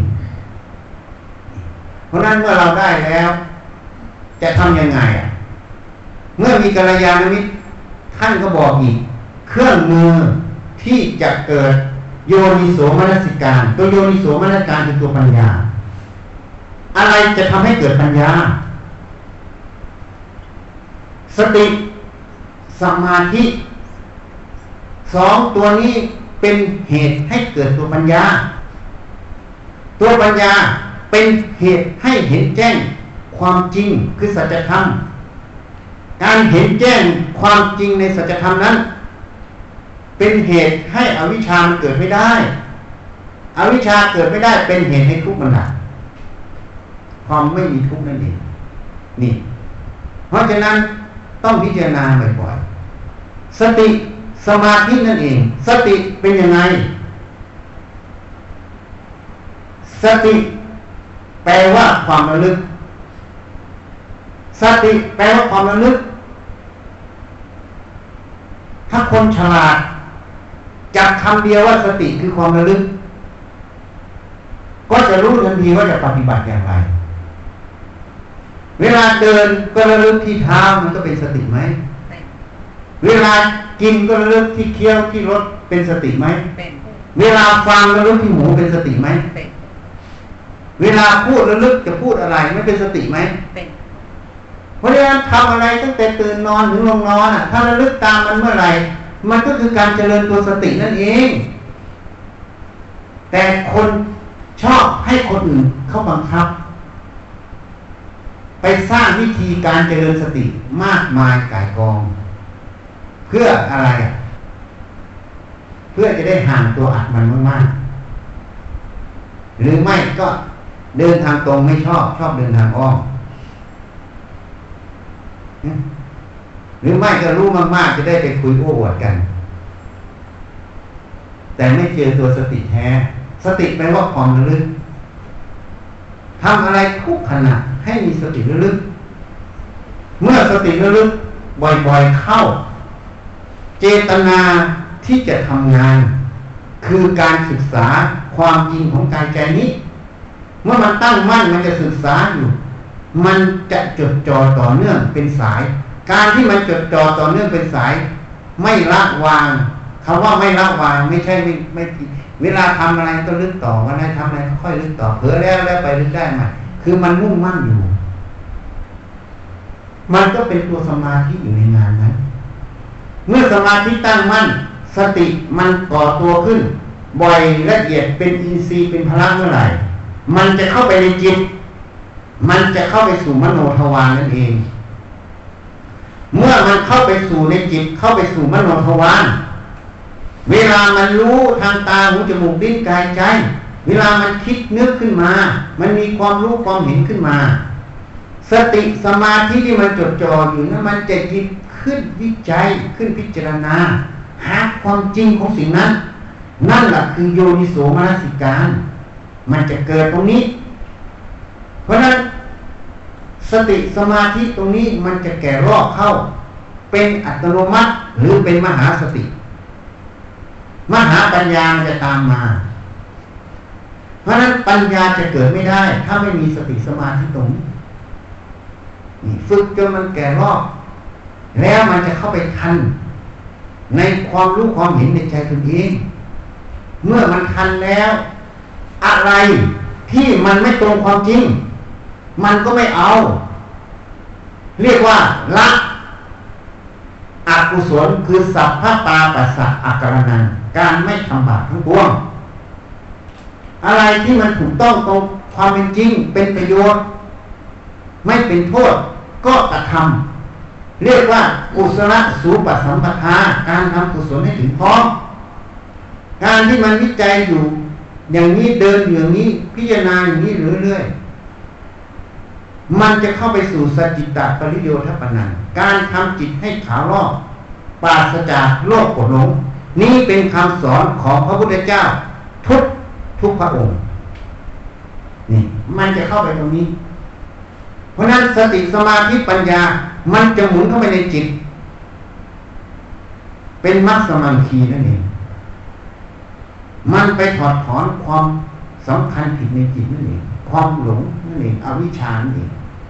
เพราะนั้นเมื่อเราได้แล้วจะทำยังไงเมื่อมีกัลยาณมิตรท่านก็บอกอีกเครื่องมือที่จะเกิดโยนิโสมนสิการตัวโยนิโสมนสิการคือตัวปัญญาอะไรจะทำให้เกิดปัญญาสติสมาธิสองตัวนี้เป็นเหตุให้เกิดตัวปัญญาตัวปัญญาเป็นเหตุให้เห็นแจ้งความจริงคือสัจธรรมการเห็นแจ้งความจริงในสัจธรรมนั้นเป็นเหตุให้อวิชชาเกิดไม่ได้อวิชชาเกิดไม่ได้เป็นเหตุให้ทุกข์มันดับความไม่มีทุกข์นั่นเองนี่เพราะฉะนั้นต้องพิจารณาบ่อยๆสติสมาธินั่นเองสติเป็นยังไงสติแปลว่าความระลึกสติแปลว่าความระลึกถ้าคนฉลาดจับคำเดียวว่าสติคือความระลึกก็จะรู้ทันทีว่าจะปฏิบัติอย่างไรเวลาเดินก็ระลึกที่เท้ามันก็เป็นสติไหมเวลากินก็ระลึกที่เคี้ยวที่รสเป็นสติไหมเวลาฟังระลึกที่หูเป็นสติไหมเวลาพูดระลึกจะพูดอะไรไม่เป็นสติไหมเพราะฉะนั้นทำอะไรตั้งแต่ตื่นนอนถึงลงนอนถ้าระลึกตามมันเมื่อไหร่มันก็คือการเจริญตัวสตินั่นเองแต่คนชอบให้คนอื่นเข้าบังคับไปสร้างวิธีการเจริญสติมากมายก่ายกองเพื่ออะไรใพื่อจะได้ห่างตัวอัดมันมากๆหรือไม่ก็เดินทางตรงไม่ชอบเดินทางอ้อมหรือไม่ก็รู้มากๆจะได้ไปคุยโอ้อวดกันแต่ไม่เจอตัวสติแท้สติแปลว่าความระลึกทำอะไรทุกขณะให้มีสติระลึกเมื่อสติระลึกบ่อยๆเข้าเจตนาที่จะทำงานคือการศึกษาความจริงของกายใจนี้เมื่อมันตั้งมั่นมันจะศึกษาอยู่มันจะจดจ่อต่อเนื่องเป็นสายการที่มันจดจ่อต่อเนื่องเป็นสายไม่ละวางคำว่าไม่ละวางไม่ใช่ไม่เวลาทำอะไรก็ลึกต่อวันไหนทำอะไรก็ค่อยลึกต่อเผลอแล้วไปลึกได้ไหมคือมันมุ่งมั่นอยู่มันก็เป็นตัวสมาธิอยู่ในงานนั้นเมื่อสมาธิตั้งมั่นสติมันก่อตัวขึ้นบ่อยละเอียดเป็นอินทรีย์เป็นพลังเมื่อไหร่มันจะเข้าไปในจิตมันจะเข้าไปสู่มโนทวารนั่นเองเมื่อมันเข้าไปสู่ในจิตเข้าไปสู่มโนทวารเวลามันรู้ทางตาหูจมูกลิ้นกายใจเวลามันคิดนึกขึ้นมามันมีความรู้ความเห็นขึ้นมาสติสมาธิที่มันจดจ่ออยู่นั้นมันจะคิดขึ้นวิจัยขึ้นพิจารณาหาความจริงของสิ่งนั้นนั่นแหละคือโยนิโสมนสิการมันจะเกิดตรงนี้เพราะนั้นสติสมาธิตรงนี้มันจะแก่รอบเข้าเป็นอัตโนมัติหรือเป็นมหาสติมหาปัญญาจะตามมาเพราะนั้นปัญญาจะเกิดไม่ได้ถ้าไม่มีสติสมาธิตรงนี้ฝึกจนมันแก่รอบแล้วมันจะเข้าไปทันในความรู้ความเห็นในใจตนเองเมื่อมันทันแล้วอะไรที่มันไม่ตรงความจริงมันก็ไม่เอาเรียกว่าละอกุศลคือสัพพตาปัสสะอาการนังการไม่ทำบาปทั้งปวงอะไรที่มันถูกต้องตรงความเป็นจริงเป็นประโยชน์ไม่เป็นโทษก็กระทำเรียกว่ากุศลสูปสัมปทาการทำกุศลให้ถึงพร้อมการที่มันวิจัยอยู่อย่างนี้เดินอย่างนี้พิจารณาอย่างนี้เรื่อยๆมันจะเข้าไปสู่สัจจิตตปริโยทปนังการทำจิตให้ขาวรอบปราศจากโลภโกรธหลงนี้เป็นคำสอนของพระพุทธเจ้าทุกพระองค์นี่มันจะเข้าไปตรงนี้เพราะนั้นสติสมาธิปัญญามันจะหมุนเข้าไปในจิตเป็นมรรคสมังคีนั่นเองมันไปถอดถอนความสำคัญผิดในจิตนั่นเองความหลงนั่นเองอวิชชานั่นเอง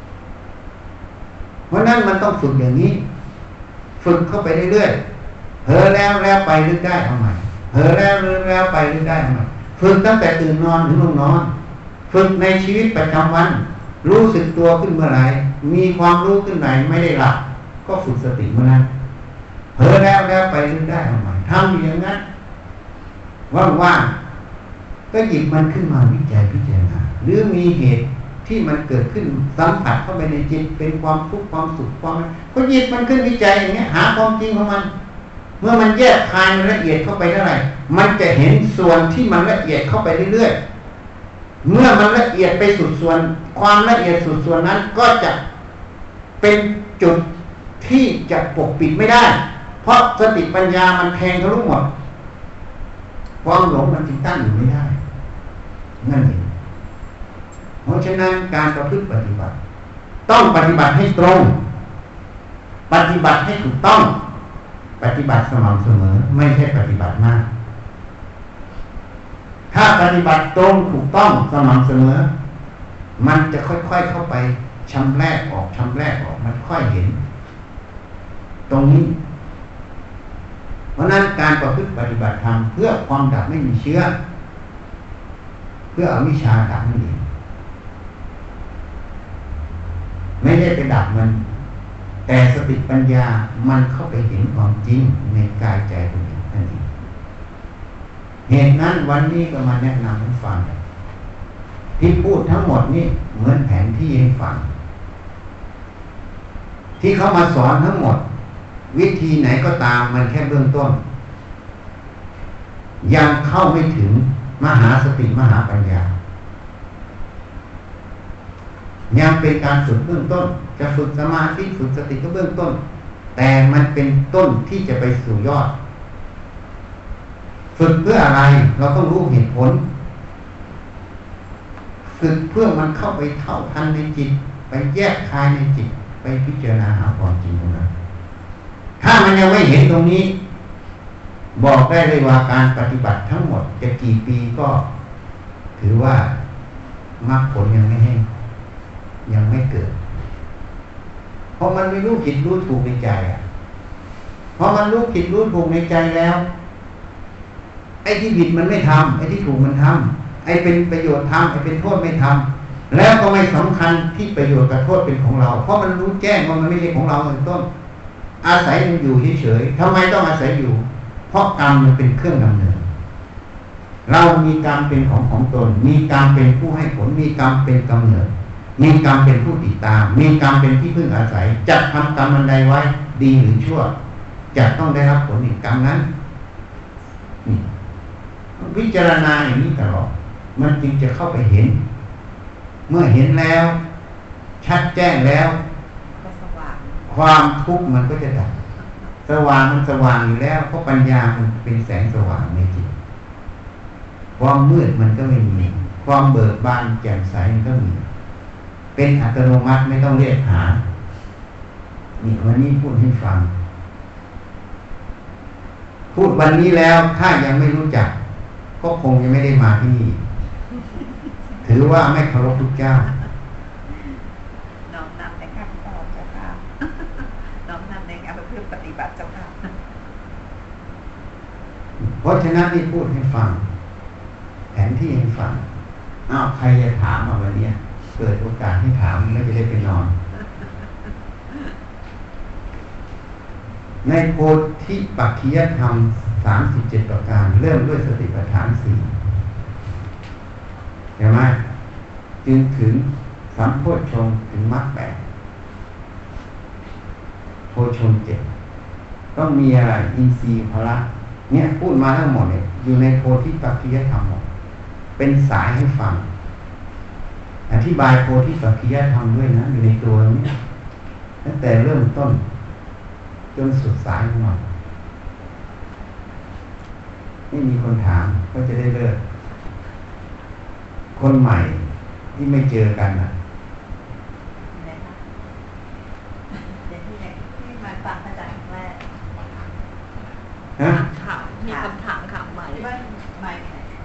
เพราะนั้นมันต้องฝึกอย่างนี้ฝึกเข้าไปเรื่อยๆเผลอแล้วไปลึกได้ทำไมเผลอแล้วไปลึกได้ทำไมฝึกตั้งแต่ตื่นนอนถึงลงนอนฝึกในชีวิตประจำวันรู้สึกตัวขึ้นเมื่อไหร่มีความรู้ขึ้นไหนไม่ได้หลับก็ฝึกสติเมื่อนั้นเผลอแล้วไปลึกได้ทำไมทำอย่างนั้นว่างๆก็หยิบมันขึ้นมาวิจัยพิจารณาหรือมีเหตุที่มันเกิดขึ้นสัมผัสเข้าไปในจิตเป็นความทุกข์ความสุขความก็หยิบมันขึ้นวิจัยอย่างเงี้ยหาความจริงของมันเมื่อมันแยกคายละเอียดเข้าไปเท่าไหร่มันจะเห็นส่วนที่มันละเอียดเข้าไปเรื่อยๆเมื่อมันละเอียดไปสุดส่วนความละเอียดสุดส่วนนั้นก็จะเป็นจุดที่จะปกปิดไม่ได้เพราะสติปัญญามันแทงทะลุหมดความหลงมันจึงตั้งอยู่ไม่ได้นั่นเองเพราะฉะนั้นการประพฤติปฏิบัติต้องปฏิบัติให้ตรงปฏิบัติให้ถูกต้องปฏิบัติสม่ำเสมอไม่ใช่ปฏิบัติมากถ้าปฏิบัติตรงถูกต้องสม่ำเสมอมันจะค่อยๆเข้าไปชำแรกออกมันค่อยเห็นตรงนี้เพราะนั้นการประพฤติปฏิบัติธรรมเพื่อความดับไม่มีเชื้อเพื่ออวิชชาดับนั่นเองไม่ได้ไปดับมันแต่สติปัญญามันเข้าไปเห็นความจริงในกายใจตัวเองนั่นเองเหตุนั้นวันนี้ก็มาแนะนำให้ฟังที่พูดทั้งหมดนี่เหมือนแผนที่ให้ฟังที่เขามาสอนทั้งหมดวิธีไหนก็ตามมันแค่เบื้องต้นยังเข้าไม่ถึงมหาสติมหาปัญญายังเป็นการฝึกเบื้องต้นจะฝึกสมาธิฝึกสติก็เบื้องต้นแต่มันเป็นต้นที่จะไปสู่ยอดฝึกเพื่ออะไรเราต้องรู้เหตุผลฝึกเพื่อมันเข้าไปเท่าทันในจิตไปแยกคายในจิตไปพิจารณาหาความจริงตรงนั้นถ้ามันยังไม่เห็นตรงนี้บอกได้เลยว่าการปฏิบัติทั้งหมดจะกี่ปีก็ถือว่ามรรคผลยังไม่เกิดเพราะมันไม่รู้ผิดรู้ถูกในใจพอมันรู้ผิดรู้ถูกในใจแล้วไอ้ที่ผิดมันไม่ทำไอ้ที่ถูกมันทำไอ้เป็นประโยชน์ทำไอ้เป็นโทษไม่ทำแล้วก็ไม่สำคัญที่ประโยชน์กับโทษเป็นของเราเพราะมันรู้แจ้งว่ามันไม่ใช่ของเราเป็นต้นอาศัยมันอยู่เฉยๆทำไมต้องอาศัยอยู่เพราะกรรมมันเป็นเครื่องดำเนินเรามีกรรมเป็นของตนมีกรรมเป็นผู้ให้ผลมีกรรมเป็นกำเนิดมีกรรมเป็นผู้ติดตามมีกรรมเป็นที่พึ่งอาศัยจะทำกรรมอันใดไว้ดีหรือชั่วจะต้องได้รับผลในกรรมนั้นนี่พิจารณาอย่างนี้ตลอดมันจึงจะเข้าไปเห็นเมื่อเห็นแล้วชัดแจ้งแล้วก็สว่างความทุกข์มันก็จะดับสว่างมันสว่างอยู่แล้วเพราะปัญญามันเป็นแสงสว่างในจิตความมืดมันก็ไม่มีความเบิกบานแจ่มใสมันก็มีเป็นอัตโนมัติไม่ต้องเรียกหานี่วันนี้พูดให้ฟังพูดวันนี้แล้วถ้ายังไม่รู้จักก็คงยังไม่ได้มาที่นี่ถือว่าไม่เคารพทุกเจ้าน้อมนำในการตอบเจ้าค่ะน้อมนำในการเพื่อปฏิบัติเจ้าค่ะเพราะฉะนั้นที่พูดให้ฟังแผนที่ให้ฟังใครจะถามมาวันนี้เกิดโอกาสให้ถามไม่จะได้ไปนอนในโพธิปักขิยธรรม37ประการเริ่มด้วยสติปัฏฐาน4เห็นไหมจึงถึงสัมโพชฌงค์ถึงมรรค8โพชฌงค์7ต้องมีอะไรอินทรีย์พละเนี่ยพูดมาทั้งหมดเนี่ยอยู่ในโพธิปักขิยธรรมหมดเป็นสายให้ฟังอธิบายโพธิปักขิยธรรมด้วยนะอยู่ในตัวนี้ตั้งแต่เริ่มต้นจนสุดสายหมดไม่มีคนถามก็จะได้เลิกคนใหม่ที่ไม่เจอกันนะเดี๋ยวที่มาฟังอาจารย์แรกมีคำถามค่ะใหม่ว่าใหม่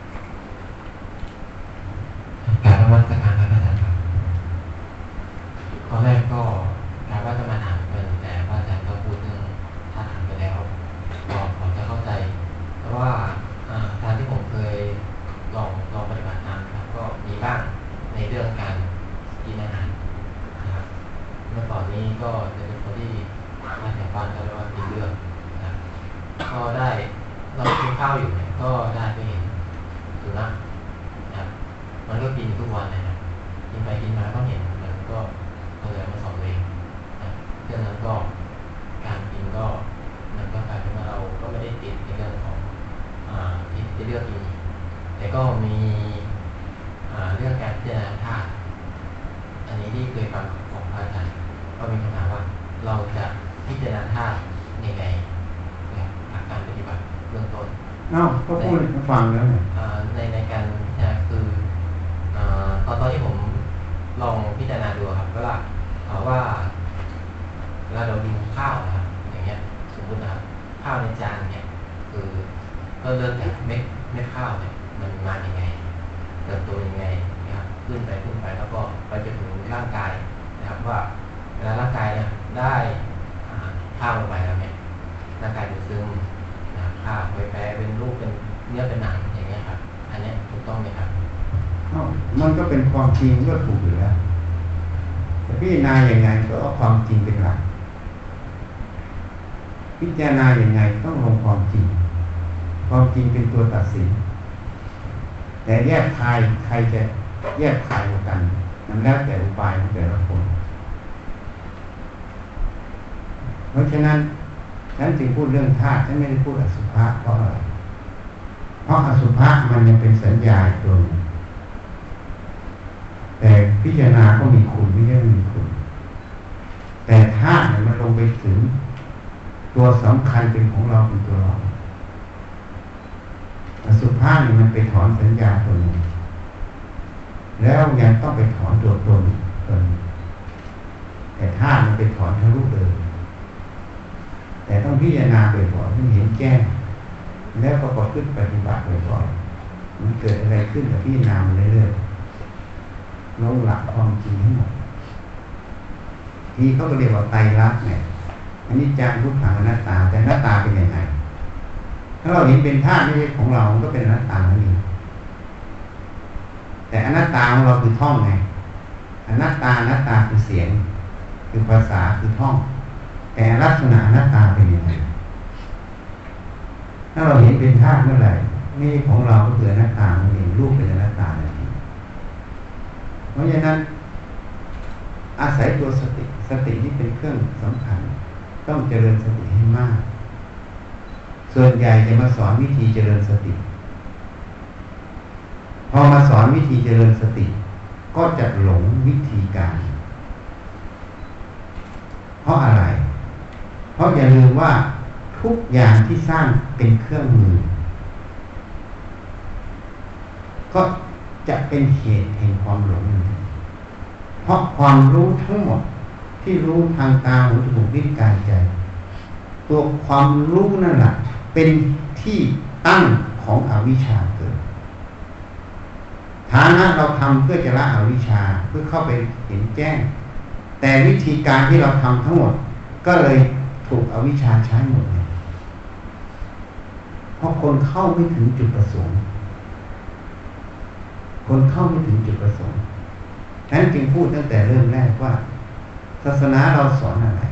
การนมัสการพระอาจารย์ครับข้อแรกก็การว่าจะมาถามเป็นแต่พระอาจารย์ก็พูดเรื่องถ้าถามไปแล้วก็พอจะเข้าใจเพราะว่าทางที่ผมเคยลองปฏิบัติตามครับก็มีบ้างในเรื่องการกินอาหารนะครับเมื่อก่อนนี้ก็จะเป็นคนที่มาแถวบ้านก็เรียกว่ากินเรื่องนะครับก็ได้เรากินข้าวอยู่เนี่ยก็ได้ไปเห็นสุนัขนะครับมันก็กินทุกวันนะครับกินไปกินมาก็เห็นมันก็เลยมาสอนเองนะเรื่องนั้นก็การกินก็มันก็กลายเป็นว่าเราก็ไม่ได้ติดในเรื่องของที่เลือกกินแต่ก็มีเรื่องการพิจารณาธาตุอันนี้ที่เคยฟังของพระอาจารย์ก็มีคำถามว่าเราจะพิจารณาธาตุยังไงหลักการปฏิบัติเบื้องต้นก็พูดให้ฟังแล้วเนี่ยในการพิจารณาคือตอนที่ผมลองพิจารณาดูครับก็ว่าเวลาเราดูข้าวนะครับอย่างเงี้ยสมมตินะครับข้าวในจานเนี่ยคือก็เริ่มจากเม็ดข้าวเนี่ยมันมาอย่างไงเติบโตยังไงนะครับขึ้นไปแล้วก็ไปจนถึงร่างกายนะครับว่าเวลาร่างกายเนี่ยได้ข้าวลงไปแล้วเนี่ยร่างกายดูดซึมนะครับข้าวไปแปรเป็นรูปเป็นเนื้อเป็นหนังอย่างเงี้ยครับอันนี้ถูกต้องไหมครับมันก็เป็นความจริงก็ถูกอยู่แล้วแต่พิจารณาอย่างไงก็เอาความจริงเป็นหลักพิจารณาอย่างไงต้องลงความจริงเป็นตัวตัดสินแต่แยกใครจะแยกคายกันมันแล้วแต่อุบายของแต่ละคนเพราะฉะนั้นฉันจึงพูดเรื่องธาตุฉันไม่ได้พูดอสุภะเพราะอะไรเพราะราะอสุภะมันยังเป็นสัญญาตัวหนึ่งแต่พิจารณาก็มีคุณไม่ใช่ไม่มีคุณแต่ธาตุเนี่ยมันลงไปถึงตัวสำคัญเป็นของเราเป็นตัวเราอสุภะเนี่ยมันไปถอนสัญญาตัวหนึ่งแล้วยังต้องไปถอนตัวตนแต่ธาตุมันไปถอนทะลุเลยแต่ต้องพิจารณาบ่อยๆให้เห็นแจ้งแล้วก็ประพฤติปฏิบัติบ่อยๆมันเกิดอะไรขึ้นกับพิจารณามันเรื่อยๆลงหลักความจริงให้หมดที่เขาก็เรียกว่าไตรลักษณ์เนี่ยอันนี้จังทุกขังอนัตตาแต่อนัตตาเป็นยังไงถ้าเราเห็นเป็นธาตุไม่ใช่ของเรามันก็เป็นอนัตตานั่นเองแต่อนัตตาของเราคือท่องไงอนัตตาคือเสียงคือภาษาคือท่องแต่ลักษณะอนัตตาเป็นยังไงถ้าเราเห็นเป็นธาตุเมื่อไหร่นี่ของเราก็คืออนัตตานั่นเองรูปเป็นอนัตตานั่นเองเพราะฉะนั้นอาศัยตัวสตินี่เป็นเครื่องสำคัญต้องเจริญสติให้มากส่วนใหญ่จะมาสอนวิธีเจริญสติพอมาสอนวิธีเจริญสติก็จะหลงวิธีการเพราะอะไรเพราะอย่าลืมว่าทุกอย่างที่สร้างเป็นเครื่องมือก็จะเป็นเหตุแห่งความหลงเพราะความรู้ทั้งหมดที่รู้ทางตาหูจมูกลิ้นกายใจตัวความรู้นั่นแหละเป็นที่ตั้งของอวิชชาเกิดฐานะเราทำเพื่อจะละอวิชชาเพื่อเข้าไปเห็นแจ้งแต่วิธีการที่เราทำทั้งหมดก็เลยถูกอวิชชาใช้หมดเลยเพราะคนเข้าไม่ถึงจุดประสงค์คนเข้าไม่ถึงจุดประสงค์ฉะนั้นจึงพูดตั้งแต่เริ่มแรกว่าศาสนาเราสอนอะไร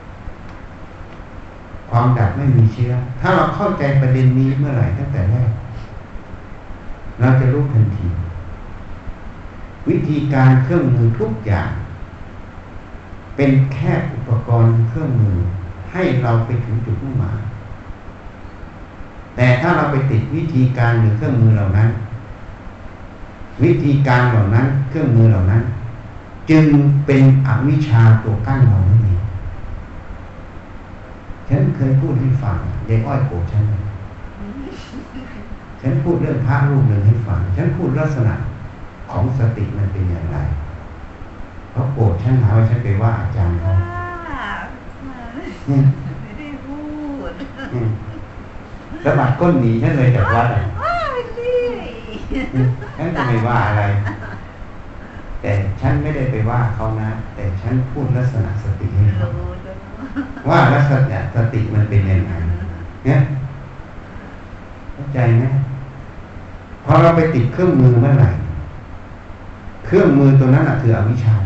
ความดับไม่มีเชื้อถ้าเราเข้าใจประเด็นนี้เมื่อไหร่ตั้งแต่แรกเราจะรู้ทันทีวิธีการเครื่องมือทุกอย่างเป็นแค่อุปกรณ์เครื่องมือให้เราไปถึงจุดมุ่งหมายแต่ถ้าเราไปติดวิธีการหรือเครื่องมือเหล่านั้นวิธีการเหล่านั้นเครื่องมือเหล่านั้นจึงเป็นอวิชชาตัวกั้นเรานั่นเองฉันเคยพูดให้ฟังยายอ้อยโกรธฉันพูดเรื่องพระรูปหนึ่งให้ฟังฉันพูดลักษณะของสติมันเป็นอย่างไรเพราะโกรธฉันหาว่าฉันไปว่าอาจารย์เขาไม่ได้พูดสะบัดก้นหนีฉันเลยจากวัดฉันจะไม่ว่าอะไรแต่ฉันไม่ได้ไปว่าเขานะแต่ฉันพูดลักษณะสติให้ฟังว่าลักษณะสติมันเป็นยังไงเนี่ยเข้าใจไหมพอเราไปติดเครื่องมือเมื่อไหร่เครื่องมือตัวนั้นคืออวิชชา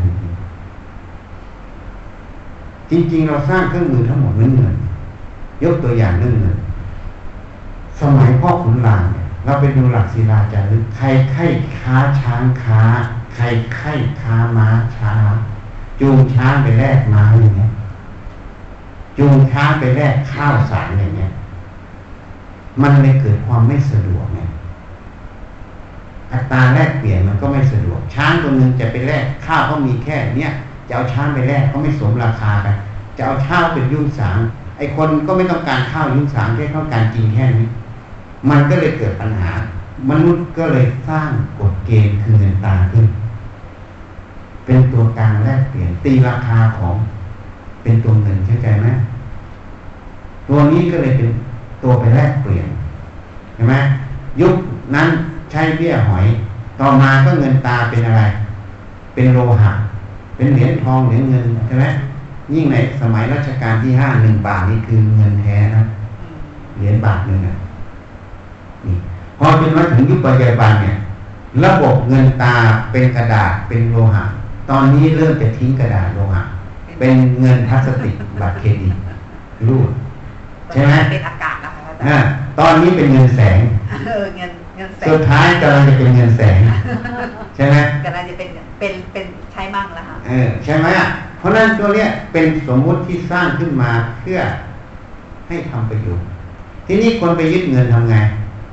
จริงๆเราสร้างเครื่องมือทั้งหมดเรื่องเงินยกตัวอย่างเรื่องเงินสมัยพ่อขุนรามเนี่ยเราไปดูหลักศิลาจารึกใครไข้ค้าช้างค้าใครไข้ค้าม้าช้าจูงช้างไปแลกม้าอย่างเงี้ยจูงช้างไปแลกข้าวสารอย่างเงี้ยมันเลยเกิดความไม่สะดวกเนี่ยอัตราแลกเปลี่ยนมันก็ไม่สะดวกช้างตัวนึงจะไปแลกข้าวเขามีแค่เนี้ยจะเอาช้างไปแลกก็ไม่สมราคากันจะเอาข้าวเป็นยุ่งสางไอ้คนก็ไม่ต้องการข้าวยุ่งสางแค่ต้องการกินแค่นี้มันก็เลยเกิดปัญหามนุษย์ก็เลยสร้างกฎเกณฑ์คือเงินตราขึ้นเป็นตัวกลางแลกเปลี่ยนตีราคาของเป็นตัวเงินเข้าใจไหมตัวนี้ก็เลยเป็นตัวไปแลกเปลี่ยนเห็นไหมยุคนั้นใช้เบี้ยหอยต่อมาก็เงินตราเป็นอะไรเป็นโลหะเป็นเหรียญทองเหรียญเงินใช่ไหมยิ่งในสมัยรัชกาลที่5 1 บาทนี่คือเงินแท้นะเหรียญบาทนึงนี่พอจนมาถึงยุคปัจจุบันเนี่ยระบบเงินตราเป็นกระดาษเป็นโลหะตอนนี้เริ่มจะทิ้งกระดาษโลหะเป็นเงินพลาสติกบัตรเครดิตรูดใช่ไหมเป็นอากาศนะคะตอนนี้เป็นเงินแสงเงินแสงสุดท้ายกำลังจะเป็นเงินแสงใช่ไหมกำลังจะเป็นใช้มั่งแล้วค่ะใช่ไหมเพราะนั้นตัวเนี้ยเป็นสมมุติที่สร้างขึ้นมาเพื่อให้ทำประโยชน์ทีนี้คนไปยึดเงินทำไง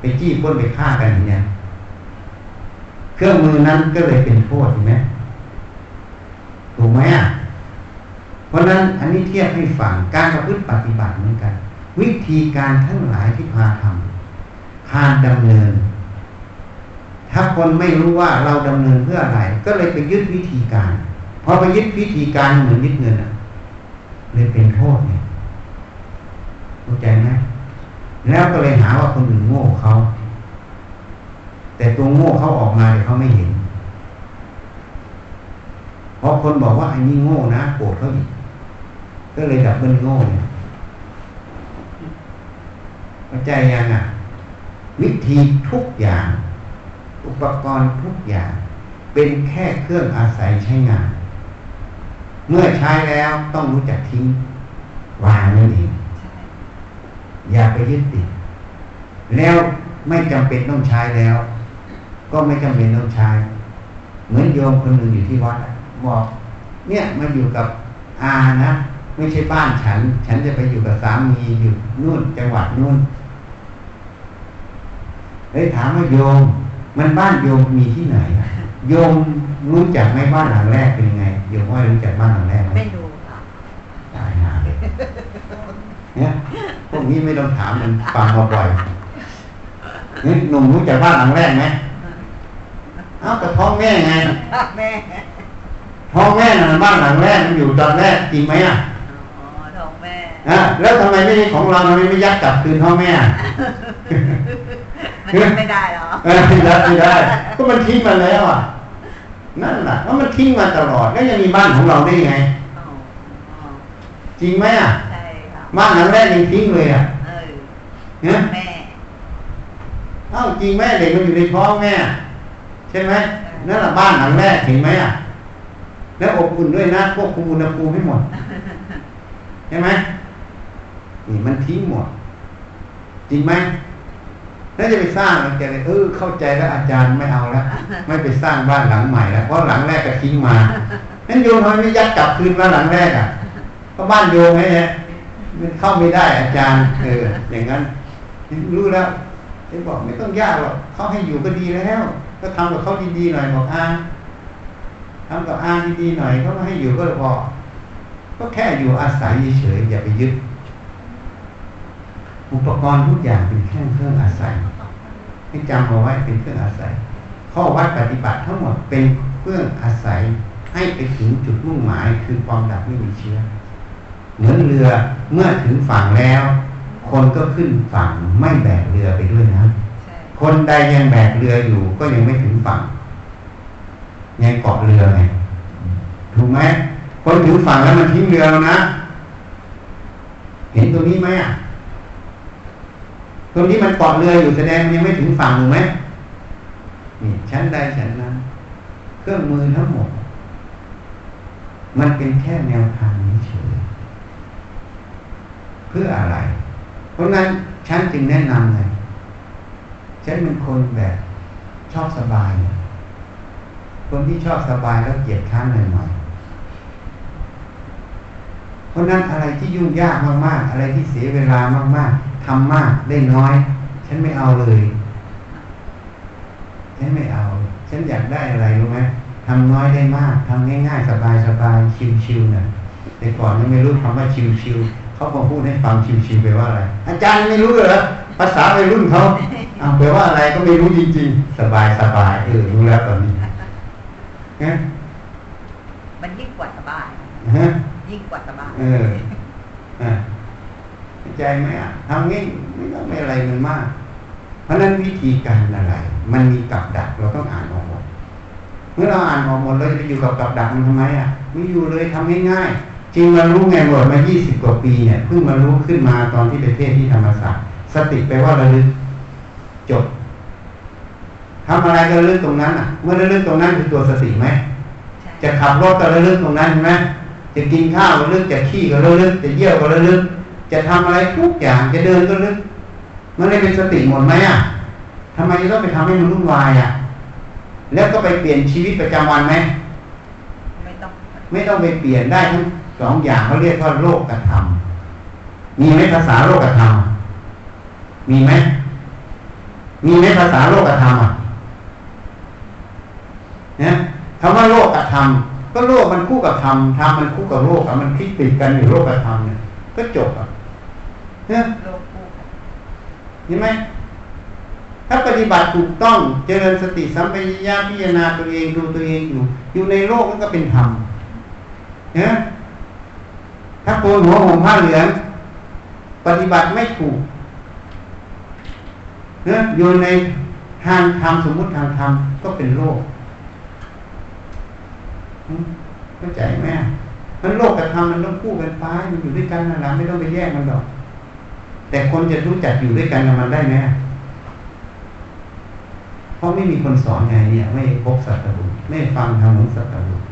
ไปจี้ปล้นไปฆ่ากันอย่างเนี้ยเครื่องมือนั้นก็เลยเป็นโทษถูกไหมถูกไหมอ่ะเพราะนั้นอันนี้เทียบให้ฟังการประพฤติปฏิบัติเหมือนกัน วิธีการทั้งหลายที่พาทำพาดำเนินถ้าคนไม่รู้ว่าเราดำเนินเพื่ออะไรก็เลยไปยึดวิธีการพอไปยึดวิธีการเหมือนยึดเงินเลยเป็นโทษเนี่ยเข้าใจไหมแล้วก็เลยหาว่าคนอื่นโง่เขาแต่ตัวโง่เขาออกมาแต่เขาไม่เห็นเพราะคนบอกว่าไอ้นี่โง่นะโกรธเขาอีกก็เลยดับเบิลโง่เนี่ยเข้าใจยังอ่ะวิธีทุกอย่างอุปกรณ์ทุกอย่างเป็นแค่เครื่องอาศัยใช้งานเมื่อใช้แล้วต้องรู้จักทิ้งวางนั่นเองอย่าไปยึดติดแล้วไม่จำเป็นต้องใช้แล้วก็ไม่จำเป็นต้องใช้เหมือนโยมคนหนึ่งอยู่ที่วัดบอกเนี่ยมาอยู่กับอานะไม่ใช่บ้านฉันจะไปอยู่กับสามีอยู่นู่นจังหวัดนู่นเลยถามว่าโยมมันบ้านโยมมีที่ไหนโยมรู้จักไหมบ้านหลังแรกเป็นยังไงโยมว่ารู้จักบ้านหลังแรกไหมไม่รู้ค่ะตายหาเลยเนี่ยพวกนี้ไม่ต้องถามมันฟังมาบ่อยนี่หนุ่มรู้จักบ้านหลังแรกไหมเอ้ากับท้องแม่ไงแม่ท้องแม่น่ะบ้านหลังแรกมันอยู่ตอนแรกจริงไหมอ่ะอ๋อท้องแม่แล้วทำไมไม่ใช่ของเราทำไมไม่ยัดกลับคืนท้องแม่มันไม่ได้หรอยัดไม่ได้ก็มันทิ้งมาแล้วอ่ะนั่นแหละแล้วมันทิ้งมาตลอดแล้วยังมีบ้านของเราได้ไงจริงไหมอ่ะใช่ครับบ้านหลังแรกยังทิ้งเลยอ่ะแม่เอ้าจริงแม่เด็กมันอยู่ในท้องแม่ใช่ไหมนั่นแหละบ้านหลังแรกเห็นไหมอ่ะแล้วอบอุ่นด้วยนะควบคุมอุณหภูมิให้หมดใช่ไหมนี่มันทิ้งหมดจริงไหมแล้วจะไปสร้างแกเลยเข้าใจแล้วอาจารย์ไม่เอาแล้วไม่ไปสร้างบ้านหลังใหม่แล้วเพราะหลังแรกก็ทิ้งมานั้นโยมทำไมไม่ยัดกลับคืนมาหลังแรกอ่ะก็บ้านโยมไงเนี่ยมันเข้าไม่ได้อาจารย์อย่างนั้นรู้แล้วไอ้บอกไม่ต้องยากหรอกเขาให้อยู่ก็ดีแล้วก็ทำกับเขาดีๆหน่อยบอกทำกับดีๆหน่อยเขาให้อยู่ก็พอก็แค่อยู่อาศัยเฉยๆอย่าไปยึดอุปกรณ์ทุกอย่างเป็นแค่เครื่องอาศัยให้จำเอาไว้เป็นเครื่องอาศัยข้อวัดปฏิบัติทั้งหมดเป็นเครื่องอาศัยให้ไปถึงจุดมุ่งหมายคือความดับไม่มีเชื้อเหมือนเรือเมื่อถึงฝั่งแล้วคนก็ขึ้นฝั่งไม่แบกเรือไปด้วยนะคนใดยังแบกเรืออยู่ก็ยังไม่ถึงฝั่งยังเกาะเรือไงถูกไหมคนถึงฝั่งแล้วมันทิ้งเรือแล้วนะเห็นตัวนี้ไหมอ่ะตรงที่มันเกาะเรืออยู่แสดงมันยังไม่ถึงฝั่งถูกไหมนี่ชั้นใดชั้นนั้นเครื่องมือทั้งหมดมันเป็นแค่แนวทางเฉยเพื่ออะไรเพราะงั้นฉันจึงแนะนำไงฉันเป็นคนแบบชอบสบายคนที่ชอบสบายแล้วเกียจค้านหน่อยๆเพราะนั้นอะไรที่ยุ่งยากมากๆอะไรที่เสียเวลามากๆทำมากได้น้อยฉันไม่เอาเลยฉันไม่เอาฉันอยากได้อะไรรู้ไหมทำน้อยได้มากทำง่ายๆสบายๆชิวๆเนี่ยแต่ก่อนยังไม่รู้คำว่าชิวๆเขาบอกพูดให้ฟังชิวๆแปลว่าอะไรอาจารย์ไม่รู้เหรอภาษาวัยรุ่นเขาแปลว่าอะไรก็ไม่รู้จริงๆสบายรู้แล้วตอนนี้มันยิ่งกว่าสบายยิ่งกว่าสบายใจไหมอ่ะทำงี้ไม่ต้องไม่อะไรมันมากเพราะนั้นวิธีการอะไรมันมีกับดักเราต้องอ่านออกหมดเมื่อเราอ่านออกหมดเราจะไปอยู่กับดักมันทำไมอ่ะไม่อยู่เลยทำง่ายๆจริงมารู้ไงหมดมา20 กว่าปีเนี่ยเพิ่งมารู้ขึ้นมาตอนที่ไปเทศที่ธรรมศาสตร์สติแปลว่าระลึกจบทำอะไรก็ระลึกตรงนั้นอ่ะเมื่อระลึกตรงนั้นคือตัวสติไหมจะขับรถก็ระลึกตรงนั้นใช่ไหมจะกินข้าวก็ระลึกจะขี้ก็ระลึกจะเยี่ยวก็ระลึกจะทำอะไรทุกอย่างจะเดินก็ระลึกมันเลยเป็นสติหมดไหมอ่ะทำไมจะต้องไปทำให้มันวุ่นวายอ่ะแล้วก็ไปเปลี่ยนชีวิตประจำวันไหมไม่ต้องไปเปลี่ยนได้ทั้ง2 อย่างเขาเรียกว่าโลกธรรมมีไหมภาษาโลกธรรมมีไหมมีไหมภาษาโลกธรรมเนี่ยคำว่าโลกธรรมก็โลกมันคู่กับธรรมธรรมมันคู่กับโลกมันคลิกติดกันอยู่โลกธรรมเนี่ยก็จบเนี่ยเห็นไหมถ้าปฏิบัติถูกต้องเจริญสติสัมปชัญญะพิจารณาตัวเองดูตัวเองอยู่ในโลกมันก็เป็นธรรมเนี่ยถ้าโกนหัวห่มผ้าเหลืองปฏิบัติไม่ถูกเนี่ยอยู่ในทางธรรมสมมุติทางธรรมก็เป็นโลกเข้าใจไหมมันโลกกับธรรมมันต้องคู่กันไปมันอยู่ด้วยกันนั่นแหละไม่ต้องไปแยกมันหรอกแต่คนจะรู้จักอยู่ด้วยกันกับมันได้ไหมเพราะไม่มีคนสอนไงเนี่ยไม่พบสัตบุรุษไม่ฟังธรรมของสัตบุรุษ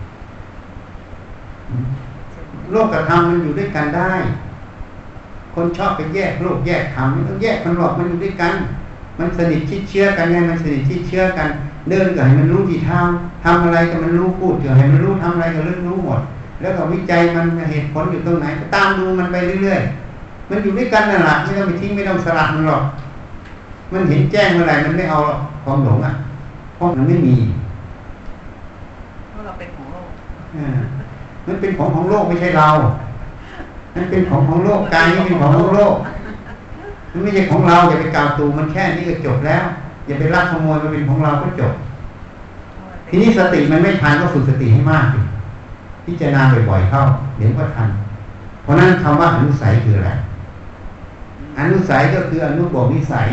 โลกกับธรรมมันอยู่ด้วยกันได้คนชอบไปแยกโลกแยกธรรมไม่ต้องแยกมันหรอกมันอยู่ด้วยกันมันสนิทชิดเชื้อกันไงมันสนิทชิดเชื้อกันเดินก็ให้มันรู้ที่เท้าทำอะไรก็มันรู้พูดก็ให้มันรู้ทำอะไรก็รู้หมดแล้วก็วิจัยมันเหตุผลอยู่ตรงไหนก็ตามดูมันไปเรื่อยๆมันอยู่ด้วยกันนั่นแหละไม่ต้องไปทิ้งไม่ต้องสลัดมันหรอกมันเห็นแจ้งเมื่อไหร่มันไม่เอาความหลงเพราะมันไม่มีเพราะเราเป็นของโลกมันเป็นของโลกไม่ใช่เรามันเป็นของโลกกายนี่เป็นของโลกมันไม่ใช่ของเราอย่าไปกล่าวตูมันแค่นี้ก็จบแล้วอย่าไปลักขโมยมันเป็นของเราก็จบทีนี้สติมันไม่ทันก็ฝึกสติให้มากพิจารณาบ่อยๆเข้าเดี๋ยวก็ทันเพราะนั้นคำว่าอนุสัยคืออะไรอนุสัยก็คืออนุบวกนิสัย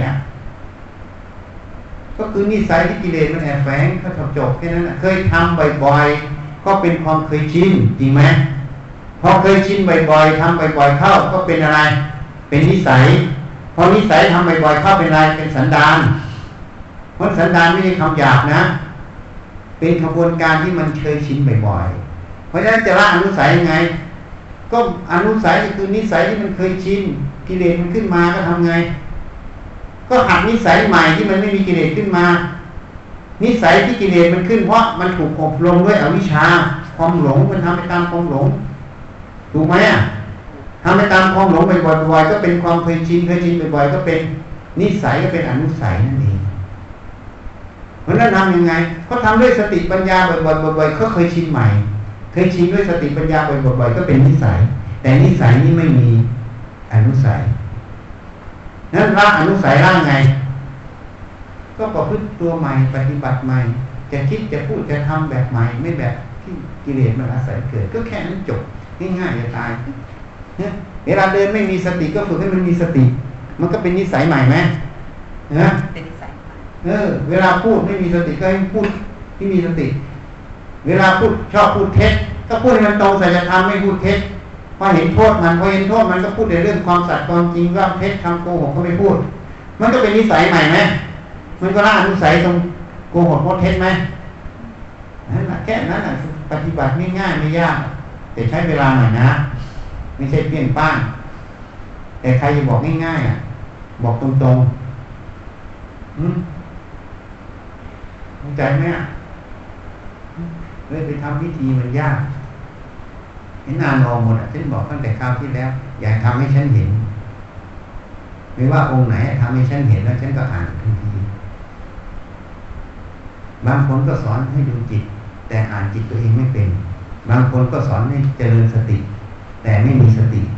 ก็คือนิสัยที่กิเลสมันแอบแฝงก็จบแค่นั้นเคยทำบ่อยๆก็เป็นความเคยชินจริงไหมพอเคยชินบ่อยๆทำบ่อยๆเข้าก็เป็นอะไรเป็นนิสัยพอนิสัยทำบ่อยๆเข้าเป็นอะไรเป็นสันดานเพราะสันดานไม่ใช่คำหยาบนะเป็นกระบวนการที่มันเคยชินบ่อยๆเพราะฉะนั้นจะละอนุสัยยังไงก็อนุสัยคือนิสัยที่มันเคยชินกิเลสมันขึ้นมาก็ทำไงก็หัดนิสัยใหม่ที่มันไม่มีกิเลสขึ้นมานิสัยที่กิเลสมันขึ้นเพราะมันถูกอบรมด้วยอวิชชาความหลงมันทำไปตามความหลงถูกไหมทำไปตามความหลงบ่อยๆก็เป็นความเคยชินบ่อยๆก็เป็นนิสัยก็เป็นอนุสัยนั่นเองเพราะนั้นทำยังไงก็ทำด้วยสติปัญญาบ่อยๆก็เคยชินใหม่เคยชินด้วยสติปัญญาบ่อยๆก็เป็นนิสัยแต่นิสัยนี้ไม่มีอนุสัยนั้นละอนุสัยละไงก็ประพฤติตัวใหม่ปฏิบัติใหม่จะคิดจะพูดจะทำแบบใหม่ไม่แบบที่กิเลสมันอาศัยเกิดก็แค่นั้นจบง่ายๆจะตายเนี่ยเวลาเดินไม่มีสติก็ฝึกให้มันมีสติมันก็เป็นนิสัยใหม่ไหมนะเป็นนิสัยเวลาพูดไม่มีสติก็ให้พูดที่มีสติเวลาพูดชอบพูดเท็จก็พูดให้มันตรงสัจธรรมไม่พูดเท็จพอเห็นโทษมันพอเห็นโทษมันก็พูดในเรื่องความสัตย์ความจริงว่าเท็จคำโกหกก็ไม่พูดมันก็เป็นนิสัยใหม่ไหมมันก็ละอนุสัยตรงโกหกโพดเท็จไหมนั่นแหละแค่นั้นปฏิบัติง่ายๆไม่ยากแต่ใช้เวลาหน่อยนะไม่ใช่เพี้ยนป้านแต่ใครจะบอกง่ายๆบอกตรงๆเข้าใจไหมเลยไปทำวิธีมันยากเห็นนานองหมดฉันบอกตั้งแต่คราวที่แล้วอยากทำให้ฉันเห็นไม่ว่าองค์ไหนทำให้ฉันเห็นแล้วฉันก็อ่านทันทีบางคนก็สอนให้ดูจิตแต่อ่านจิตตัวเองไม่เป็นบางคนก็สอนให้เจริญสติแต่ไม่มีสติ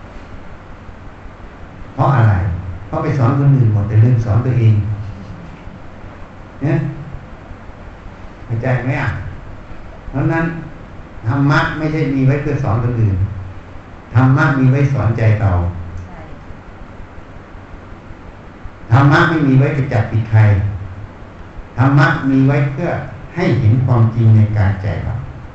เพราะอะไรเพราะไปสอนคนอื่นหมดแต่ลืมสอนตัวเองเนี่ยเข้าใจไหมเพราะนั้นธรรมะไม่ใช่มีไว้เพื่อสอนคนอื่นธรรมะมีไว้สอนใจเราธรรมะไม่มีไว้ไปจับผิดใครธรรมะมีไว้เพื่อให้เห็นความจริงในการใจเรา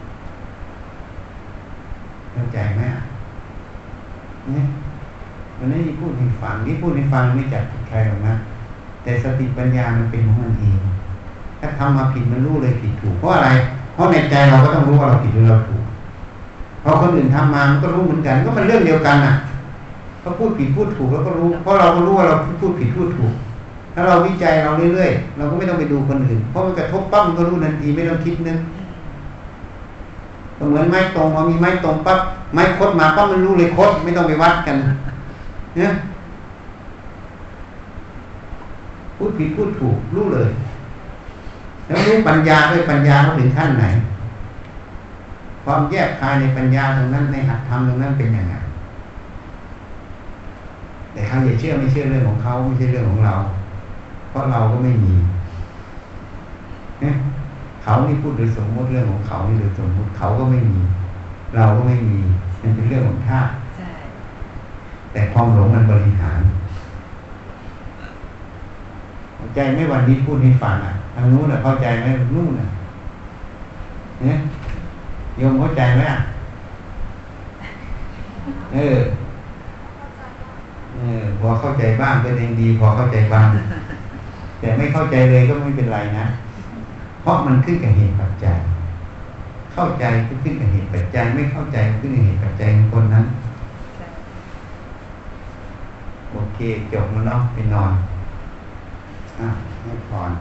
เข้าใจไหมเนี่ยวันนี้พูดให้ฟังนี่พูดให้ฟังไม่จับผิดใครหรอกนะแต่สติปัญญามันเป็นของมันเองถ้าทำมาผิดมันรู้เลยผิดถูกเพราะอะไรเพราะในใจเราก็ต้องรู้ว่าเราผิดหรือเราถูกพอคนอื่นทำมามันก็รู้เหมือนกันก็มันเรื่องเดียวกันเขาพูดผิดพูดถูกแล้วก็รู้เพราะเราก็รู้ว่าเราพูดผิดพูดถูกถ้าเราวิจัยเราเรื่อยๆเราก็ไม่ต้องไปดูคนอื่นเพราะมันกระทบปั๊บมันก็รู้ทันทีไม่ต้องคิดนึกก็เหมือนไม้ตรงพอมีไม้ตรงปั๊บไม้คดมาปั๊บมันรู้เลยคดไม่ต้องไปวัดกันเนี่ยพูดผิดพูดถูกรู้เลยแล้วรู้ปัญญาด้วยปัญญาเขาถึงขั้นไหนความแยกคายในปัญญาตรงนั้นในหัตถธรรมตรงนั้นเป็นยังไงแต่เขาอย่าเชื่อไม่เชื่อเรื่องของเขาไม่ใช่เรื่องของเราเพราะเราก็ไม่มีเขานี่พูดโดยสมมติเรื่องของเขานี่โดยสมมติเขาก็ไม่มีเราก็ไม่มีมันเป็นเรื่องของธาตุแต่ความหลงมันบริหารเข้าใจไหมวันนี้พูดให้ฟังทางนู้นเข้าใจไหมนู่นเนี่ยโยมเข้าใจไหมพอเข้าใจบ้างก็ยังดีพอเข้าใจบ้างแต่ไม่เข้าใจเลยก็ไม่เป็นไรนะเพราะมันขึ้นกับเหตุปัจจัยเข้าใจก็ขึ้นกับเหตุปัจจัยไม่เข้าใจก็ขึ้นกับเหตุปัจจัยของคนนั้นโอเคจบแล้วเนาะไปนอนให้พร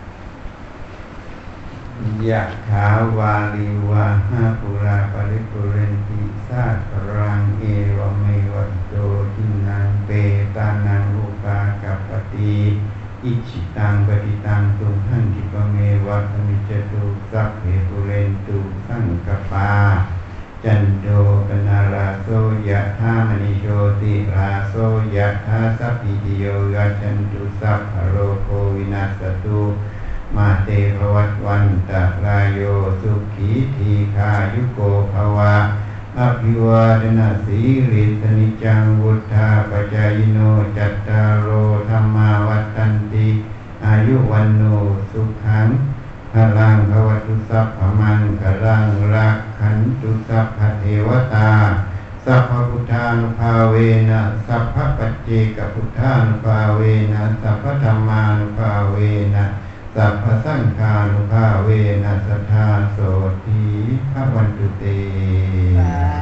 ยะถาวาลิวะหาปุราปริปุเรนติสาครังเอวเมวัตโตทินังเปตานังอุปากัปปติอิจิตังปฏิตังตุมหังคิปะเมวัตมิจตุสัพเพปุเรนตุสังกปาจันโดปนาราโสยะธามณิโชติราโสยะธาสัพพิติโยยัจฉันตุสัพพะโรโควินัสสตุมาเตภวัตวันตะรายโยสุขีทีคายุโกภวะอภิวาทนาสีริสนิจังวุฒาปจายโนจัตตารโอธรรมาวัฏันติอายุวันโนสุขังพลังภวตุสัพพมังคลังรักขันตุสัพพเทวตาสัพพพุทธานุภาเวนะสัพพปัจเจกพุทธานุภาเวนะสัพพธัมมานุภาเวนะสัพพสังฆานุภาเวนะสัทธาโสติภวันตุเต